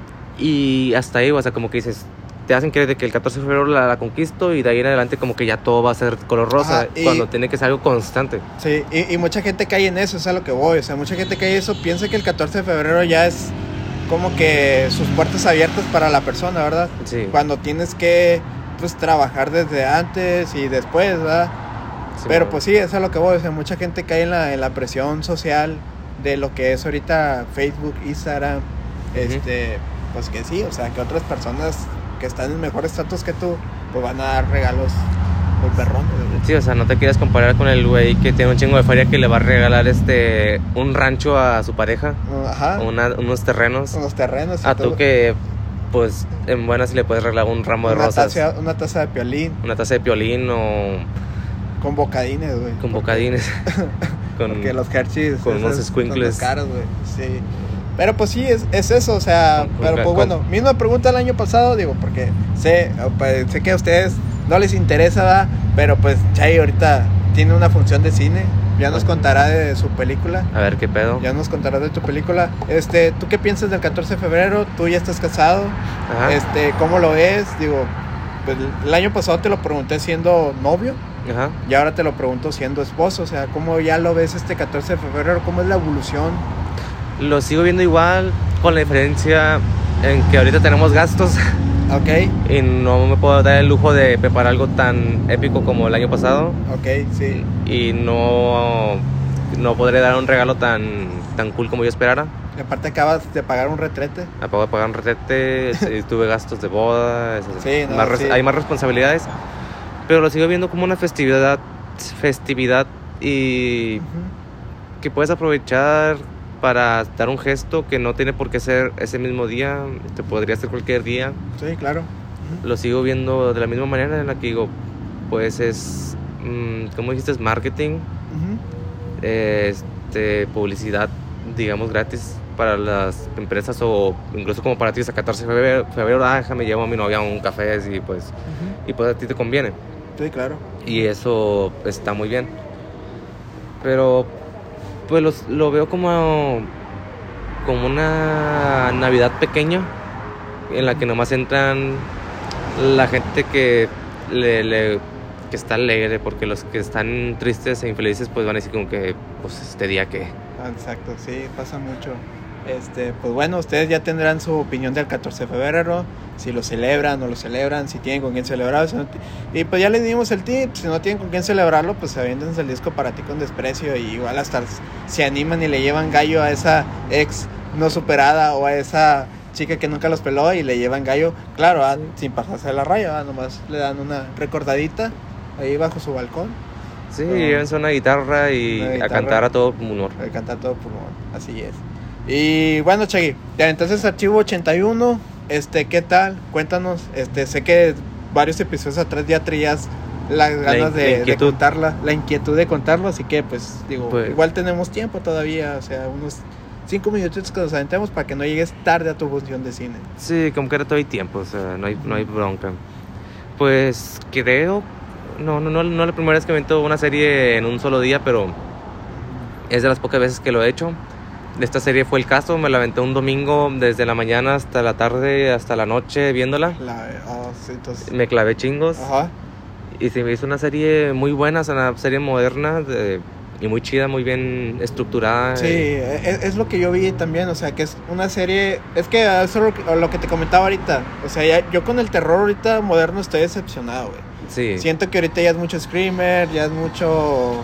y hasta ahí, o sea, como que dices, te hacen creer de que el 14 de febrero la conquisto y de ahí en adelante como que ya todo va a ser color rosa. Ajá, cuando tiene que ser algo constante. Sí, y mucha gente cae en eso, es a lo que voy. O sea, mucha gente cae en eso, piensa que el 14 de febrero ya es como que sus puertas abiertas para la persona, ¿verdad? Sí. Cuando tienes que, pues, trabajar desde antes y después, ¿verdad? Sí, Pero bueno. pues sí, eso es a lo que voy. O sea, mucha gente cae en la presión social de lo que es ahorita Facebook, Instagram, pues que sí, o sea, que otras personas que están en mejor estatus que tú, pues van a dar regalos muy perrones, güey. Sí, o sea, no te quieras comparar con el güey que tiene un chingo de feria que le va a regalar un rancho a su pareja, Ajá, unos terrenos. unos terrenos y A todo. tú que, pues, en buenas le puedes regalar un ramo de rosas, Una taza de piolín una taza de piolín o con bocadines, güey. con bocadines. Porque los Hershey's con unos esos squinkles. son los caros, güey. Sí. Pero pues sí, es eso, o sea, pero pues bueno, misma pregunta el año pasado, digo, porque sé que a ustedes no les interesa, ¿verdad? Pero pues Chay ahorita tiene una función de cine, ya nos contará de su película. A ver qué pedo. Ya nos contarás de tu película. ¿Tú qué piensas del 14 de febrero? Tú ya estás casado. Ajá. ¿Cómo lo ves? Digo, pues el año pasado te lo pregunté siendo novio. Ajá. Y ahora te lo pregunto siendo esposo. O sea, ¿cómo ya lo ves este 14 de febrero? ¿Cómo es la evolución? Lo sigo viendo igual, con la diferencia en que ahorita tenemos gastos Ok, y no me puedo dar el lujo de preparar algo tan épico como el año pasado ok, sí. y no podré dar un regalo tan cool como yo esperara. Y aparte acabas de pagar un retrete. Acabo de pagar un retrete, tuve gastos de boda, Sí, no, sí. hay más responsabilidades, pero lo sigo viendo como una festividad y Ujú. que puedes aprovechar para dar un gesto que no tiene por qué ser ese mismo día, te podría ser cualquier día. Sí, claro. Ujú. Lo sigo viendo de la misma manera en la que digo, pues es, ¿cómo dijiste? Es marketing, Ujú. publicidad, digamos, gratis para las empresas o incluso como para ti, es a 14 de febrero, déjame llevo a mi novia a un café y pues a ti te conviene. Sí, claro. Y eso está muy bien. Pero pues lo veo como una Navidad pequeña en la que nomás entran la gente que que está alegre, porque los que están tristes e infelices pues van a decir como que pues este día que Exacto, sí, pasa mucho. Pues bueno, ustedes ya tendrán su opinión del 14 de febrero, si lo celebran o no lo celebran, si tienen con quién celebrarlo. Y pues ya les dimos el tip, si no tienen con quién celebrarlo, pues aviéntense el disco Para ti con desprecio y igual hasta se animan y le llevan gallo a esa ex no superada o a esa chica que nunca los peló y le llevan gallo, claro, sin pasarse de la raya, nomás le dan una recordadita ahí bajo su balcón. sí, llévense una guitarra y a cantar a todo humor. A cantar todo pulmón, así es. Y bueno, Chagui, ya, entonces Archivo 81, ¿qué tal? Cuéntanos, sé que varios episodios atrás ya traías las ganas de contarla, la inquietud de contarlo, así que pues digo, pues, igual tenemos tiempo todavía, o sea, unos 5 minutitos que nos aventemos para que no llegues tarde a tu función de cine. Sí, como que ahora todavía hay tiempo, o sea, no hay bronca. Pues creo, no la primera vez que me avento una serie en un solo día, pero es de las pocas veces que lo he hecho. Esta serie fue el caso, me la aventé un domingo desde la mañana hasta la tarde, hasta la noche viéndola. Sí, entonces... Me clavé chingos. Ajá. Y se me hizo una serie muy buena, o sea, una serie moderna y muy chida, muy bien estructurada. Sí, es lo que yo vi también, o sea, que es una serie... Es que eso es lo que te comentaba ahorita. O sea, yo con el terror ahorita moderno estoy decepcionado, güey. Sí. Siento que ahorita ya es mucho screamer, ya es mucho...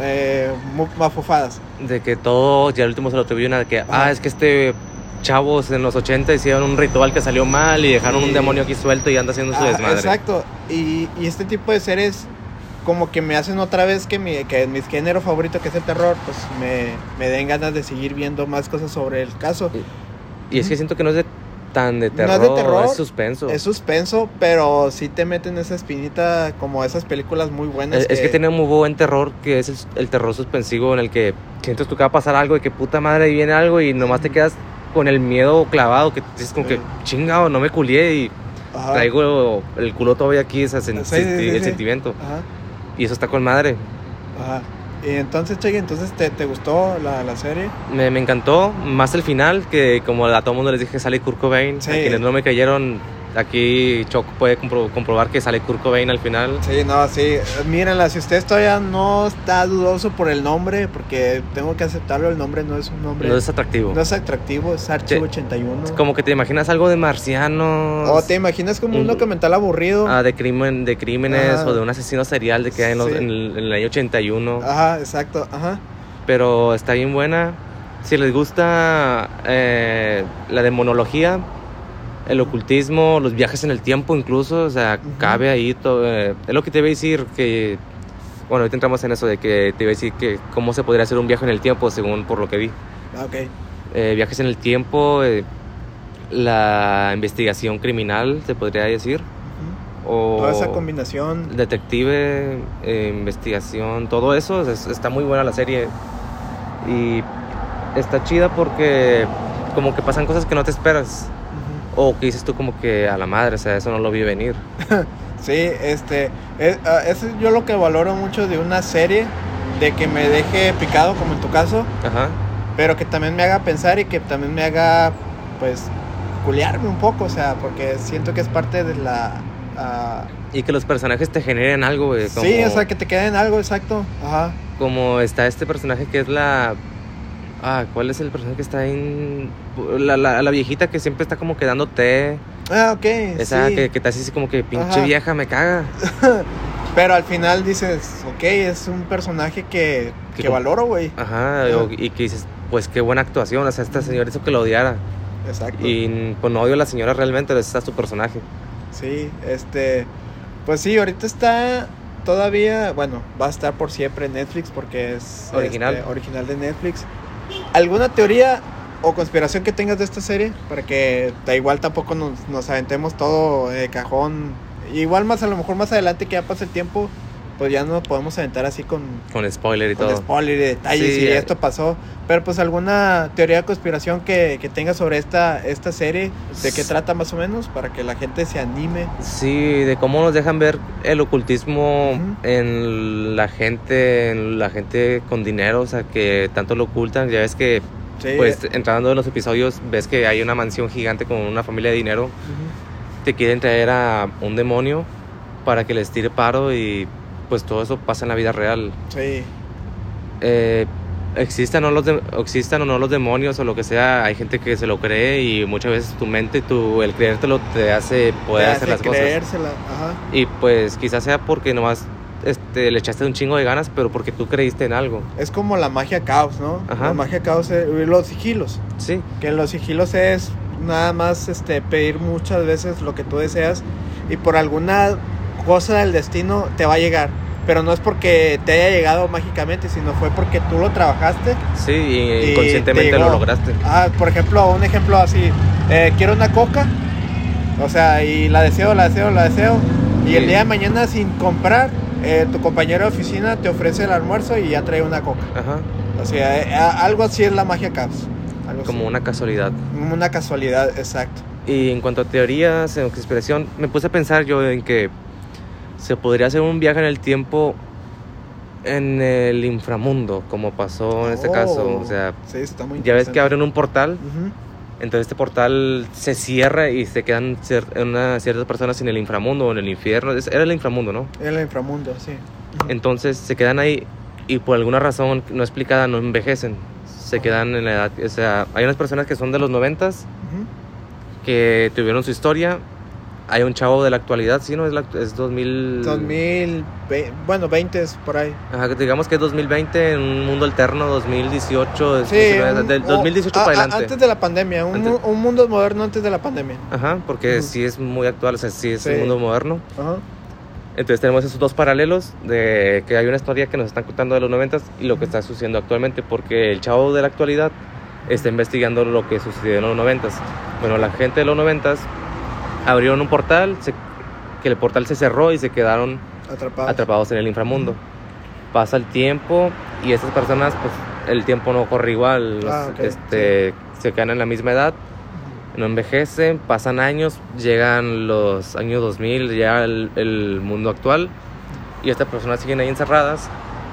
mafufadas. De que todo, ya el último se lo atribuyó a que, es que chavos en los 80 hicieron un ritual que salió mal y dejaron un demonio aquí suelto y anda haciendo su desmadre. Exacto, y este tipo de series como que me hacen otra vez que mi género favorito, que es el terror, pues me den ganas de seguir viendo más cosas sobre el caso. Y es que siento que no es tan de terror, no es de terror, es suspenso. Es suspenso, pero sí te meten esa espinita como esas películas muy buenas. Es que tiene muy buen terror, que es el terror suspensivo en el que sientes tú que va a pasar algo y que puta madre ahí viene algo y nomás te quedas con el miedo clavado, que dices como que chingado, no me culié y Ajá. traigo el culo todavía aquí, o sea, Sí, el sí. sentimiento. Ajá. Y eso está con madre. Ajá. Y entonces, Cheque, entonces ¿te gustó la serie? Me encantó, más el final, que como a todo mundo les dije, sale Kurt Cobain. Sí. A quienes no me creyeron, aquí Choc puede comprobar que sale Kurt Cobain al final. Sí, no, sí. Mírenla, si usted todavía no está dudoso por el nombre, porque tengo que aceptarlo, el nombre no es un nombre... No es atractivo. No es atractivo, es Archivo Sí. 81. Es como que te imaginas algo de marcianos. O te imaginas como un documental aburrido. De crímenes. Ajá. O de un asesino serial de que hay Sí. en el año 81. Ajá, exacto, ajá. Pero está bien buena. Si les gusta la demonología, el ocultismo, los viajes en el tiempo incluso, o sea, Ujú. cabe ahí todo. Es lo que te iba a decir, que... Bueno, ahorita entramos en eso de que te iba a decir que cómo se podría hacer un viaje en el tiempo, según por lo que vi. Ah, ok. Viajes en el tiempo, la investigación criminal, se podría decir. Ujú. O Toda esa combinación. detective, investigación, todo eso, está muy buena la serie. Y está chida porque como que pasan cosas que no te esperas. Ujú. O que dices tú como que a la madre, o sea, eso no lo vi venir. Sí, eso es yo lo que valoro mucho de una serie, de que me deje picado, como en tu caso, Ajá. pero que también me haga pensar y que también me haga, pues, culiarme un poco, o sea, porque siento que es parte de la... Y que los personajes te generen algo, güey. Sí, o sea, que te queden algo, exacto, ajá. Como está este personaje que es la... ¿cuál es el personaje que está en... La viejita que siempre está como que dando té. Ah, ok, Esa sí. que te hace así como que pinche Ajá. vieja, me caga. Pero al final dices, ok, es un personaje que Que valoro, güey. Ajá, y que dices, pues qué buena actuación, o sea, esta señora hizo que lo odiara. Exacto. Y pues no odio a la señora realmente, está su personaje. Sí, pues sí, ahorita está todavía, bueno, va a estar por siempre en Netflix porque es Original. Original de Netflix. ¿Alguna teoría o conspiración que tengas de esta serie? Para que da igual tampoco nos aventemos todo de cajón. Igual más a lo mejor más adelante que ya pase el tiempo, pues ya nos podemos aventar así con Spoiler y con todo. spoiler y detalles Sí, y esto pasó. Pero pues alguna teoría de conspiración que tengas sobre esta serie, de qué trata más o menos, para que la gente se anime. Sí, de cómo nos dejan ver el ocultismo Ujú. en la gente con dinero, o sea, que tanto lo ocultan. Ya ves que, Sí. pues, entrando en los episodios, ves que hay una mansión gigante con una familia de dinero. Ujú. Te quieren traer a un demonio para que les tire paro y, pues, todo eso pasa en la vida real. Sí. Existan o no los demonios o lo que sea, hay gente que se lo cree y muchas veces tu mente, el creértelo te hace poder Te hacer hace las creérsela. Ajá. cosas. Y pues quizás sea porque nomás le echaste un chingo de ganas, pero porque tú creíste en algo. Es como la magia caos, ¿no? Ajá. La magia caos es los sigilos. Sí, Que los sigilos es nada más pedir muchas veces lo que tú deseas y por alguna cosa del destino te va a llegar. Pero no es porque te haya llegado mágicamente, sino fue porque tú lo trabajaste. sí, y Y inconscientemente te llegó. lo lograste. Por ejemplo, un ejemplo así, quiero una coca, o sea, y la deseo, y el Sí. día de mañana sin comprar, tu compañero de oficina te ofrece el almuerzo y ya trae una coca. Ajá, O sea, algo así es la magia caos. Algo como así. una casualidad. Una casualidad, exacto. Y en cuanto a teorías, en conspiración, me puse a pensar yo en que se podría hacer un viaje en el tiempo en el inframundo, como pasó en este caso. O sea, sí, está muy ya ves que interesante. abren un portal, Ujú. entonces este portal se cierra y se quedan ciertas personas en el inframundo o en el infierno. Era el inframundo, ¿no? El inframundo, sí. Ujú. Entonces se quedan ahí y por alguna razón no explicada no envejecen. Se quedan en la edad. O sea, hay unas personas que son de los 90s Ujú. que tuvieron su historia. Hay un chavo de la actualidad, sí, ¿no? Es 2000... 20 es por ahí. Ajá, digamos que es 2020 en un mundo alterno, 2018, Sí, 19, del 2018 para adelante. Antes de la pandemia, un mundo moderno antes de la pandemia. Ajá, porque Ujú. sí es muy actual, o sea, sí es Sí. el mundo moderno. Ajá. Entonces tenemos esos dos paralelos de que hay una historia que nos están contando de los 90s y lo que está sucediendo actualmente, porque el chavo de la actualidad está investigando lo que sucedió en los 90s. Bueno, la gente de los 90s abrieron un portal, que el portal se cerró y se quedaron atrapados en el inframundo. Pasa el tiempo y estas personas, pues el tiempo no corre igual, Ah, ok, se quedan en la misma edad. no envejecen, pasan años, llegan los años 2000, ya el mundo actual, y estas personas siguen ahí encerradas,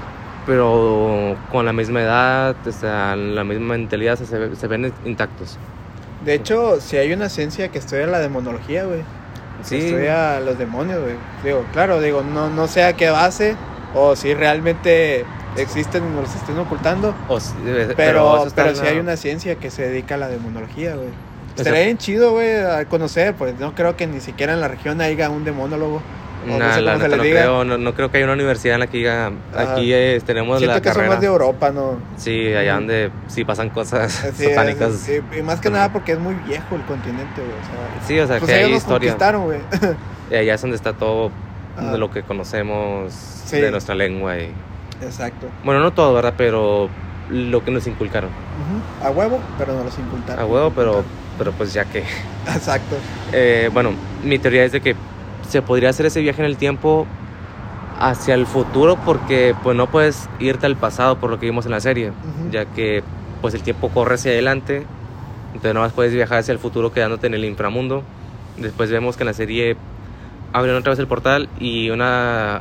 pero con la misma edad, o sea, la misma mentalidad, se ven intactos. De hecho, si hay una ciencia que estudia la demonología, güey. Sí. Estudia los demonios, güey. Digo, no sé a qué base o si realmente existen y nos los estén ocultando. Pero sí hay una ciencia que se dedica a la demonología, güey. Estaría bien chido, güey, a conocer, pues no creo que ni siquiera en la región haya un demonólogo. No, la neta no creo que haya una universidad en la que diga, aquí tenemos la carrera. Siento que son más de Europa, ¿no? Sí, allá donde sí pasan cosas satánicas. Y más que nada porque es muy viejo el continente, güey. O sea, sí, o sea, pues que hay nos historia. Conquistaron, güey. Y allá es donde está todo de lo que conocemos de nuestra lengua. Exacto. Bueno, no todo, ¿verdad? Pero lo que nos inculcaron. A huevo, pero no los inculcaron. A huevo, pero pues ya que... Exacto. Bueno, mi teoría es de que se podría hacer ese viaje en el tiempo hacia el futuro, porque pues no puedes irte al pasado por lo que vimos en la serie, ya que pues el tiempo corre hacia adelante, entonces no más puedes viajar hacia el futuro quedándote en el inframundo. Después vemos que en la serie abren otra vez el portal y una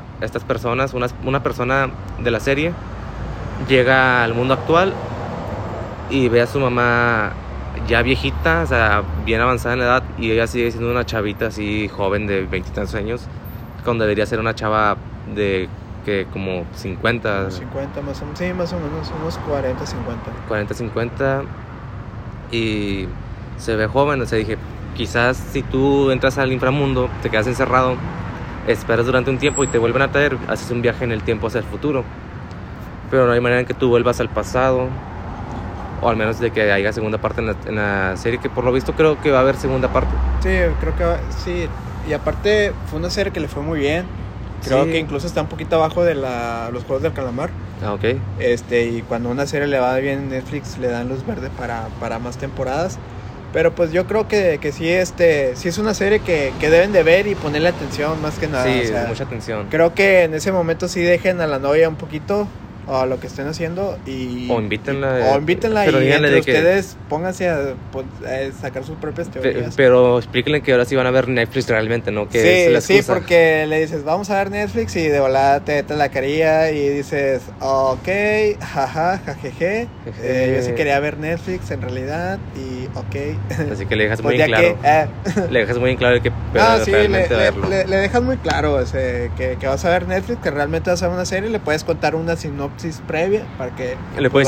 persona de la serie llega al mundo actual y ve a su mamá ya viejita, o sea, bien avanzada en la edad, y ella sigue siendo una chavita así joven de 20 y tantos años, cuando debería ser una chava de que como 50 más o menos, sí, más o menos unos 40, 50, y se ve joven. O sea, dije, quizás si tú entras al inframundo, te quedas encerrado, esperas durante un tiempo y te vuelven a traer, haces un viaje en el tiempo hacia el futuro, pero no hay manera en que tú vuelvas al pasado, o al menos de que haya segunda parte en la serie, que por lo visto creo que va a haber segunda parte. Sí, creo que sí. Y aparte fue una serie que le fue muy bien. Creo que incluso está un poquito abajo de los Juegos del Calamar. Ah, ok. Y cuando una serie le va bien en Netflix, le dan luz verde para más temporadas. Pero pues yo creo que sí, sí es una serie que deben de ver y ponerle atención más que nada. Sí, o sea, mucha atención. Creo que en ese momento sí dejen a la novia un poquito a lo que estén haciendo o invítenla pero y entre ustedes pónganse a sacar sus propias teorías. Pero explíquenle que ahora sí van a ver Netflix realmente, ¿no? Que sí, es la excusa. Sí, porque le dices, vamos a ver Netflix, y de volada te la carilla y dices, ok, jaja, jajeje, yo sí quería ver Netflix en realidad, y ok. Así que le dejas pues muy claro. Le dejas muy claro que sí, le dejas muy claro que vas a ver Netflix, que realmente vas a ver una serie, le puedes contar una sinopsis previa para que le puedes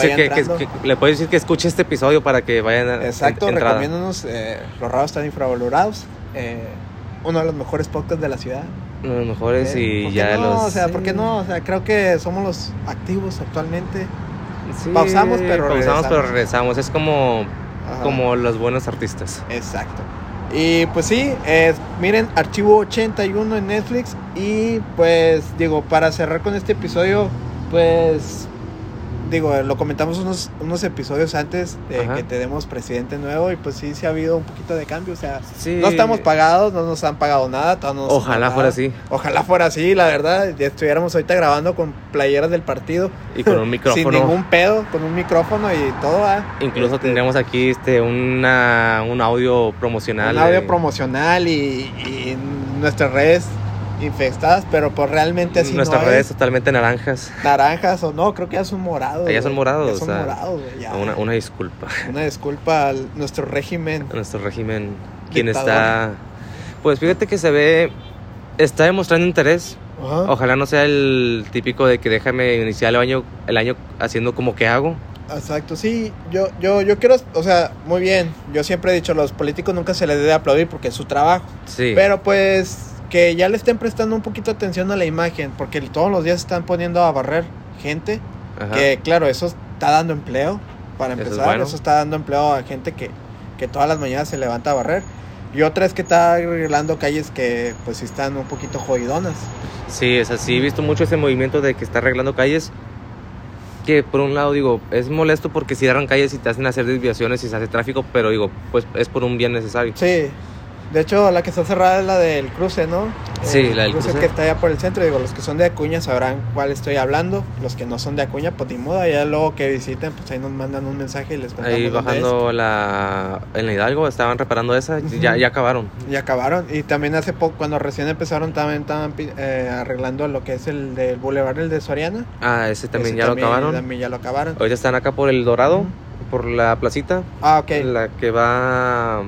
decir que escuche este episodio para que vayan exacto, recomiéndonos Los Raros Están Infravalorados, uno de los mejores podcasts de la ciudad, uno de los mejores, y ya ¿por qué no? O sea, creo que somos los activos actualmente. Sí, pausamos pero regresamos. Es como los buenos artistas. Exacto. Y pues sí, miren Archivo 81 en Netflix. Y pues digo, para cerrar con este episodio, pues digo, lo comentamos unos episodios antes de que tenemos presidente nuevo, y pues sí ha habido un poquito de cambio. O sea, no estamos pagados, no nos han pagado nada, ojalá fuera así. Ojalá fuera así, la verdad. Ya estuviéramos ahorita grabando con playeras del partido y con un micrófono sin ningún pedo, con un micrófono y todo. Incluso tendríamos aquí un audio promocional. Un audio promocional y nuestras redes infestadas, pero pues realmente así nuestras no redes totalmente naranjas o no, creo que ya son morados. Ya son morados, ya. Una disculpa. Una disculpa a nuestro régimen. Quien está, pues fíjate que está demostrando interés. Ojalá no sea el típico de que déjame iniciar el año haciendo como que hago. Exacto, sí, yo quiero, o sea, muy bien. Yo siempre he dicho, a los políticos nunca se les debe aplaudir porque es su trabajo. Sí. Pero pues que ya le estén prestando un poquito de atención a la imagen, porque todos los días se están poniendo a barrer gente. Que claro, eso está dando empleo, para empezar. Eso está dando empleo a gente que todas las mañanas se levanta a barrer. Y otra es que está arreglando calles que pues sí están un poquito jodidonas. Sí, es así, he visto mucho ese movimiento de que está arreglando calles, que por un lado digo, es molesto porque cierran calles y te hacen hacer desviaciones y se hace tráfico, pero digo, pues es por un bien necesario. Sí. De hecho, la que está cerrada es la del cruce, ¿no? Sí, la del cruce. Que está allá por el centro. Digo, los que son de Acuña sabrán cuál estoy hablando. Los que no son de Acuña, pues ni modo. Ya luego que visiten, pues ahí nos mandan un mensaje y les contamos. Ahí bajando en la Hidalgo, estaban reparando esa. Uh-huh. Ya acabaron. Ya acabaron. Y también hace poco, cuando recién empezaron, también estaban arreglando lo que es el del Boulevard, el de Soriana. Ese también ya lo acabaron. También ya lo acabaron. Ahorita están acá por el Dorado, por la placita. Ah, ok. La que va...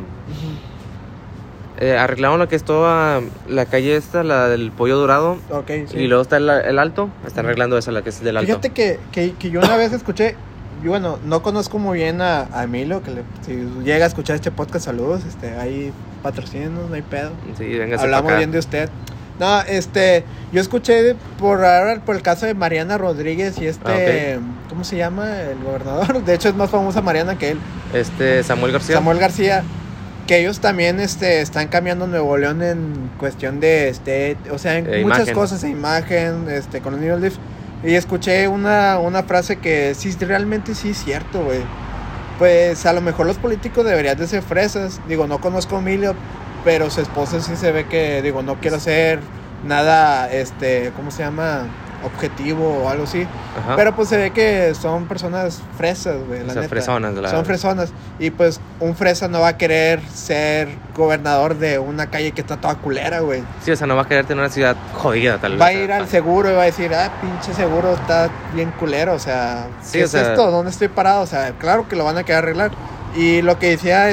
arreglaron lo que es toda la calle esta, la del Pollo Dorado. Ok, sí. Y luego está el Alto. Están arreglando esa, la que es del Alto. Fíjate que yo una vez escuché... Yo, bueno, no conozco muy bien a Emilio, que si llega a escuchar este podcast, saludos. Ahí patrocínenos, no hay pedo. Sí, véngase. Hablamos bien de usted. No, yo escuché por el caso de Mariana Rodríguez y okay. ¿Cómo se llama? El gobernador. De hecho, es más famosa Mariana que él. Samuel García. Samuel García. Que ellos también están cambiando Nuevo León en cuestión de o sea, en muchas cosas, de imagen, con los niños DIF. Y escuché una frase que sí, realmente sí es cierto, güey. Pues a lo mejor los políticos deberían de ser fresas. Digo, no conozco a Emilio, pero su esposa sí se ve que, digo, no quiero ser nada, ¿cómo se llama? Objetivo o algo así. Ajá. Pero pues se ve que son personas fresas, güey, la neta. Son fresonas. Y pues un fresa no va a querer ser gobernador de una calle que está toda culera, güey. Sí, o sea, no va a querer tener una ciudad jodida, tal vez. Va a ir al seguro y va a decir, pinche seguro está bien culero, o sea, sí, ¿qué es esto? ¿Dónde estoy parado? O sea, claro que lo van a querer arreglar. Y lo que decía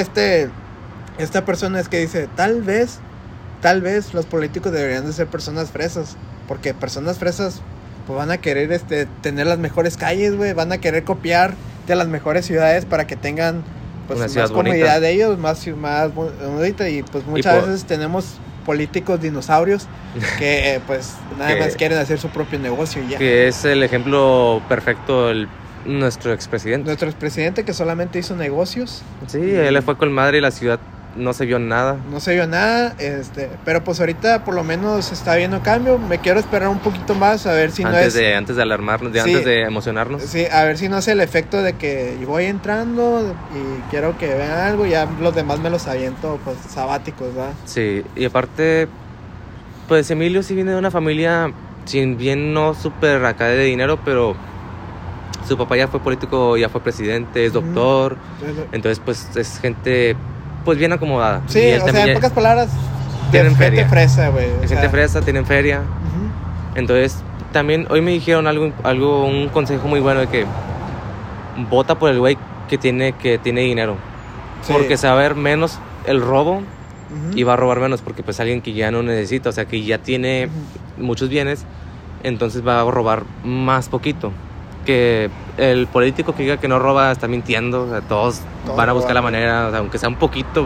esta persona es que dice, tal vez los políticos deberían de ser personas fresas, porque personas fresas pues van a querer tener las mejores calles, güey, van a querer copiar de las mejores ciudades para que tengan pues más comodidad de ellos, más bonita. Y pues muchas veces tenemos políticos dinosaurios que pues nada más quieren hacer su propio negocio y ya. Que es el ejemplo perfecto nuestro expresidente. Nuestro expresidente que solamente hizo negocios. Sí, él le fue con madre y la ciudad no se vio nada. No se vio nada, pero pues ahorita por lo menos está viendo cambio. Me quiero esperar un poquito más a ver si antes de alarmarnos, sí, antes de emocionarnos. Sí, a ver si no es el efecto de que voy entrando y quiero que vean algo y ya los demás me los aviento pues sabáticos, ¿verdad? Sí, y aparte pues Emilio sí viene de una familia, si bien no súper acá de dinero, pero su papá ya fue político, ya fue presidente, es doctor. Entonces pues es gente pues bien acomodada. Sí, o sea, en pocas palabras, tienen feria. Gente fresa, güey. Gente fresa, tienen feria. Entonces, también hoy me dijeron un consejo muy bueno de que vota por el güey que tiene dinero. Sí. Porque se va a ver menos el robo y va a robar menos porque pues alguien que ya no necesita, o sea, que ya tiene muchos bienes, entonces va a robar más poquito. Que el político que diga que no roba está mintiendo, o sea, todos van a buscar la manera, o sea, aunque sea un poquito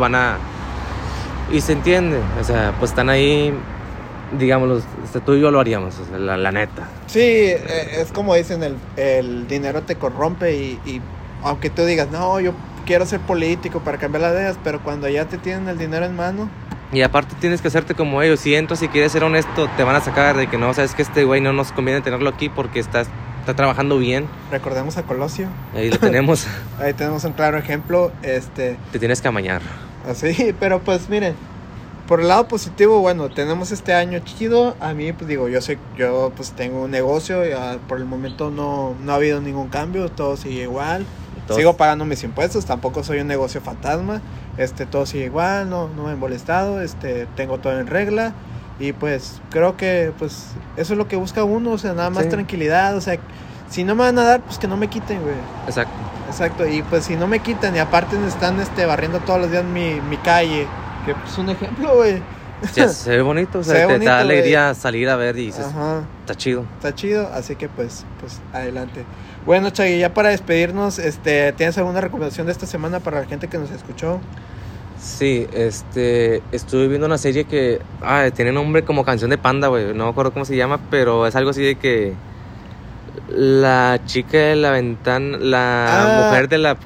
y se entiende, o sea, pues están ahí, digámoslo, tú y yo lo haríamos, o sea, la neta. Sí, es como dicen, el dinero te corrompe y aunque tú digas, no, yo quiero ser político para cambiar las ideas, pero cuando ya te tienen el dinero en mano. Y aparte tienes que hacerte como ellos, si entras y quieres ser honesto, te van a sacar de que no, sabes que este güey no nos conviene tenerlo aquí porque está trabajando bien. Recordemos a Colosio. Ahí lo tenemos. Ahí tenemos un claro ejemplo. Te tienes que amañar. Así, pero pues miren, por el lado positivo, bueno, tenemos este año chido. A mí, pues digo, yo pues tengo un negocio. Por el momento no ha habido ningún cambio, todo sigue igual. Sigo pagando mis impuestos, tampoco soy un negocio fantasma. Todo sigue igual, no me he molestado, tengo todo en regla. Y pues creo que pues eso es lo que busca uno, o sea, nada más tranquilidad, o sea, si no me van a dar, pues que no me quiten, güey. Exacto, y pues si no me quitan y aparte me están barriendo todos los días mi calle, que pues un ejemplo, güey. Sí, se ve bonito, o sea, te da alegría salir a ver y dices, está chido. Está chido, así que pues adelante. Bueno, Chagui, ya para despedirnos, ¿tienes alguna recomendación de esta semana para la gente que nos escuchó? Sí, estuve viendo una serie que tiene nombre como Canción de Panda, güey, no me acuerdo cómo se llama, pero es algo así de que la chica de la ventana, la mujer de la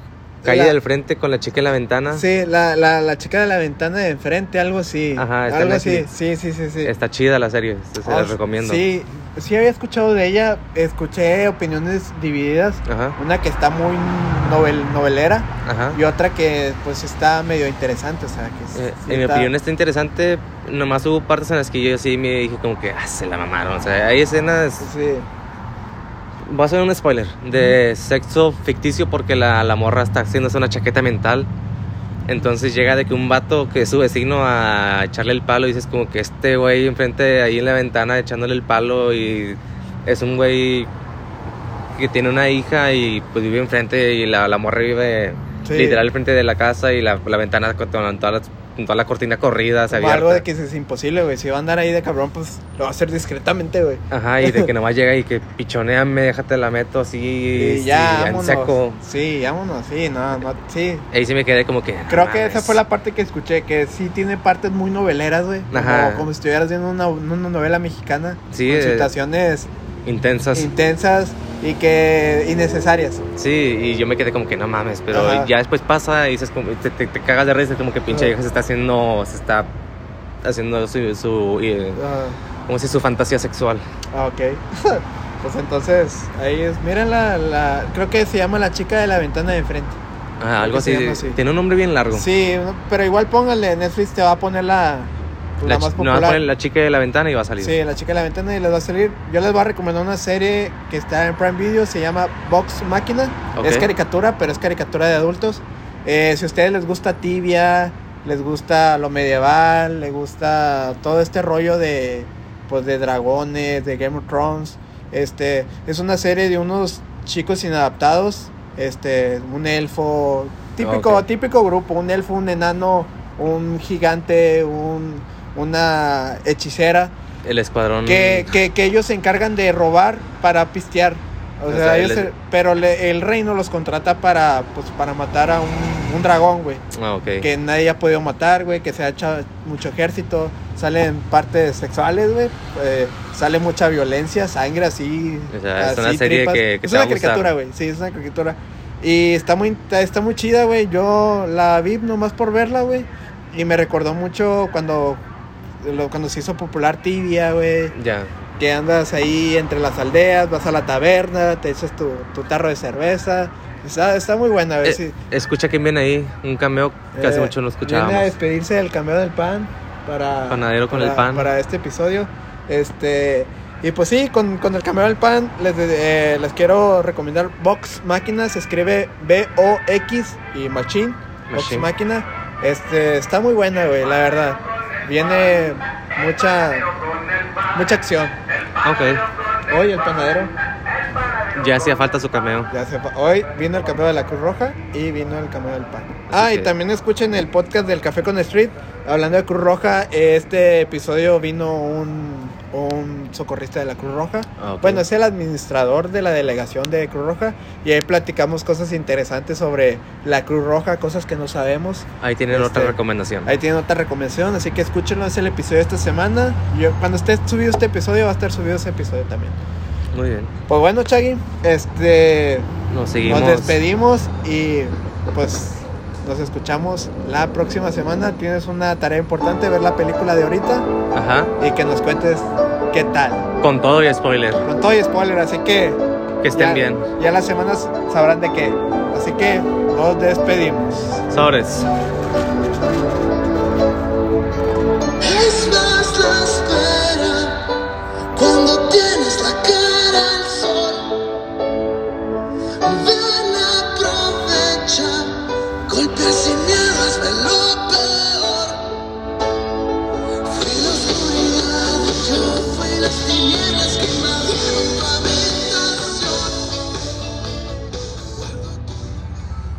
Calle del frente con la chica en la ventana. Sí, la chica de la ventana de enfrente, algo así. Ajá, está algo en así. Netflix. Sí. Está chida la serie, se la recomiendo. Sí, sí había escuchado de ella, escuché opiniones divididas. Ajá. Una que está muy novelera. Ajá. Y otra que pues está medio interesante, o sea, que sí en mi opinión está interesante. Nomás hubo partes en las que yo sí me dije como que se la mamaron. O sea, hay escenas. Sí. Voy a hacer un spoiler de sexo ficticio porque la morra está haciéndose una chaqueta mental. Entonces llega de que un vato que es su vecino a echarle el palo y dices como que este güey enfrente ahí en la ventana echándole el palo y es un güey que tiene una hija y pues vive enfrente y la morra vive literal enfrente de la casa y la ventana con toda la cortina corrida, se abierta. Algo de que es imposible, güey. Si va a andar ahí de cabrón, pues lo va a hacer discretamente, güey. Ajá, y de que nomás llega y que pichoneame, déjate la meto así y ya, en seco. Sí, vámonos, sí, no, sí. Ahí sí me quedé como que... Creo que esa fue la parte que escuché, que sí tiene partes muy noveleras, güey. Como si estuvieras viendo una novela mexicana. Sí. Con situaciones... Intensas y que innecesarias. Sí, y yo me quedé como que no mames, pero ya después pasa y dices como te cagas de risa, como que pinche vieja se está haciendo su como si su fantasía sexual. Ok. Pues entonces ahí es, miren creo que se llama La chica de la ventana de enfrente. Algo así. Tiene un nombre bien largo. Sí, pero igual póngale, Netflix te va a poner la más popular. No va a poner La chica de la ventana y va a salir. Sí, La chica de la ventana y les va a salir. Yo les voy a recomendar una serie que está en Prime Video, se llama Vox Machina. Okay. Es caricatura, pero es caricatura de adultos. Si a ustedes les gusta Tibia, les gusta lo medieval, les gusta todo este rollo de dragones, de Game of Thrones, es una serie de unos chicos inadaptados, un elfo, típico grupo, un elfo, un enano, un gigante, una hechicera. El escuadrón. Que ellos se encargan de robar para pistear. O sea, pero el reino los contrata para matar a un dragón, güey. Okay. Que nadie ha podido matar, güey. Que se ha hecho mucho ejército. Salen partes sexuales, güey. Sale mucha violencia, sangre así. O sea, es una serie que es una caricatura, güey. Sí, es una caricatura. Y está muy chida, güey. Yo la vi nomás por verla, güey. Y me recordó mucho cuando se hizo popular Tibia, güey. Ya. Que andas ahí entre las aldeas, vas a la taberna, te echas tu tarro de cerveza. Está muy buena, güey. Sí. Escucha quién viene ahí, un cameo que hace mucho no escuchábamos. Viene a despedirse del cameo del pan Panadero con el pan. Para este episodio. Y pues sí, con el cameo del pan les quiero recomendar Vox Machina. Se escribe V-O-X y Machine. Vox Machina. Está muy buena, güey, la verdad. Viene mucha acción. Ok. Hoy el panadero. Ya hacía falta su cameo. Hoy vino el cameo de la Cruz Roja y vino el cameo del pan. Y también escuchen el podcast del Café con Street. Hablando de Cruz Roja, este episodio vino un socorrista de la Cruz Roja. Okay. Bueno, es el administrador de la delegación de Cruz Roja. Y ahí platicamos cosas interesantes sobre la Cruz Roja, cosas que no sabemos. Ahí tienen otra recomendación. Ahí tienen otra recomendación, así que escúchenlo, es el episodio de esta semana. Cuando esté subido este episodio, va a estar subido ese episodio también. Muy bien. Pues bueno, Chagui, nos despedimos y pues nos escuchamos la próxima semana. Tienes una tarea importante, ver la película de ahorita. Ajá. Y que nos cuentes qué tal. Con todo y spoiler. Con todo y spoiler, así que estén bien. Ya las semanas sabrán de qué. Así que nos despedimos. Sobres. Es más la espera cuando tienes la cara al sol. Ven, aprovecha, golpea sin miedo.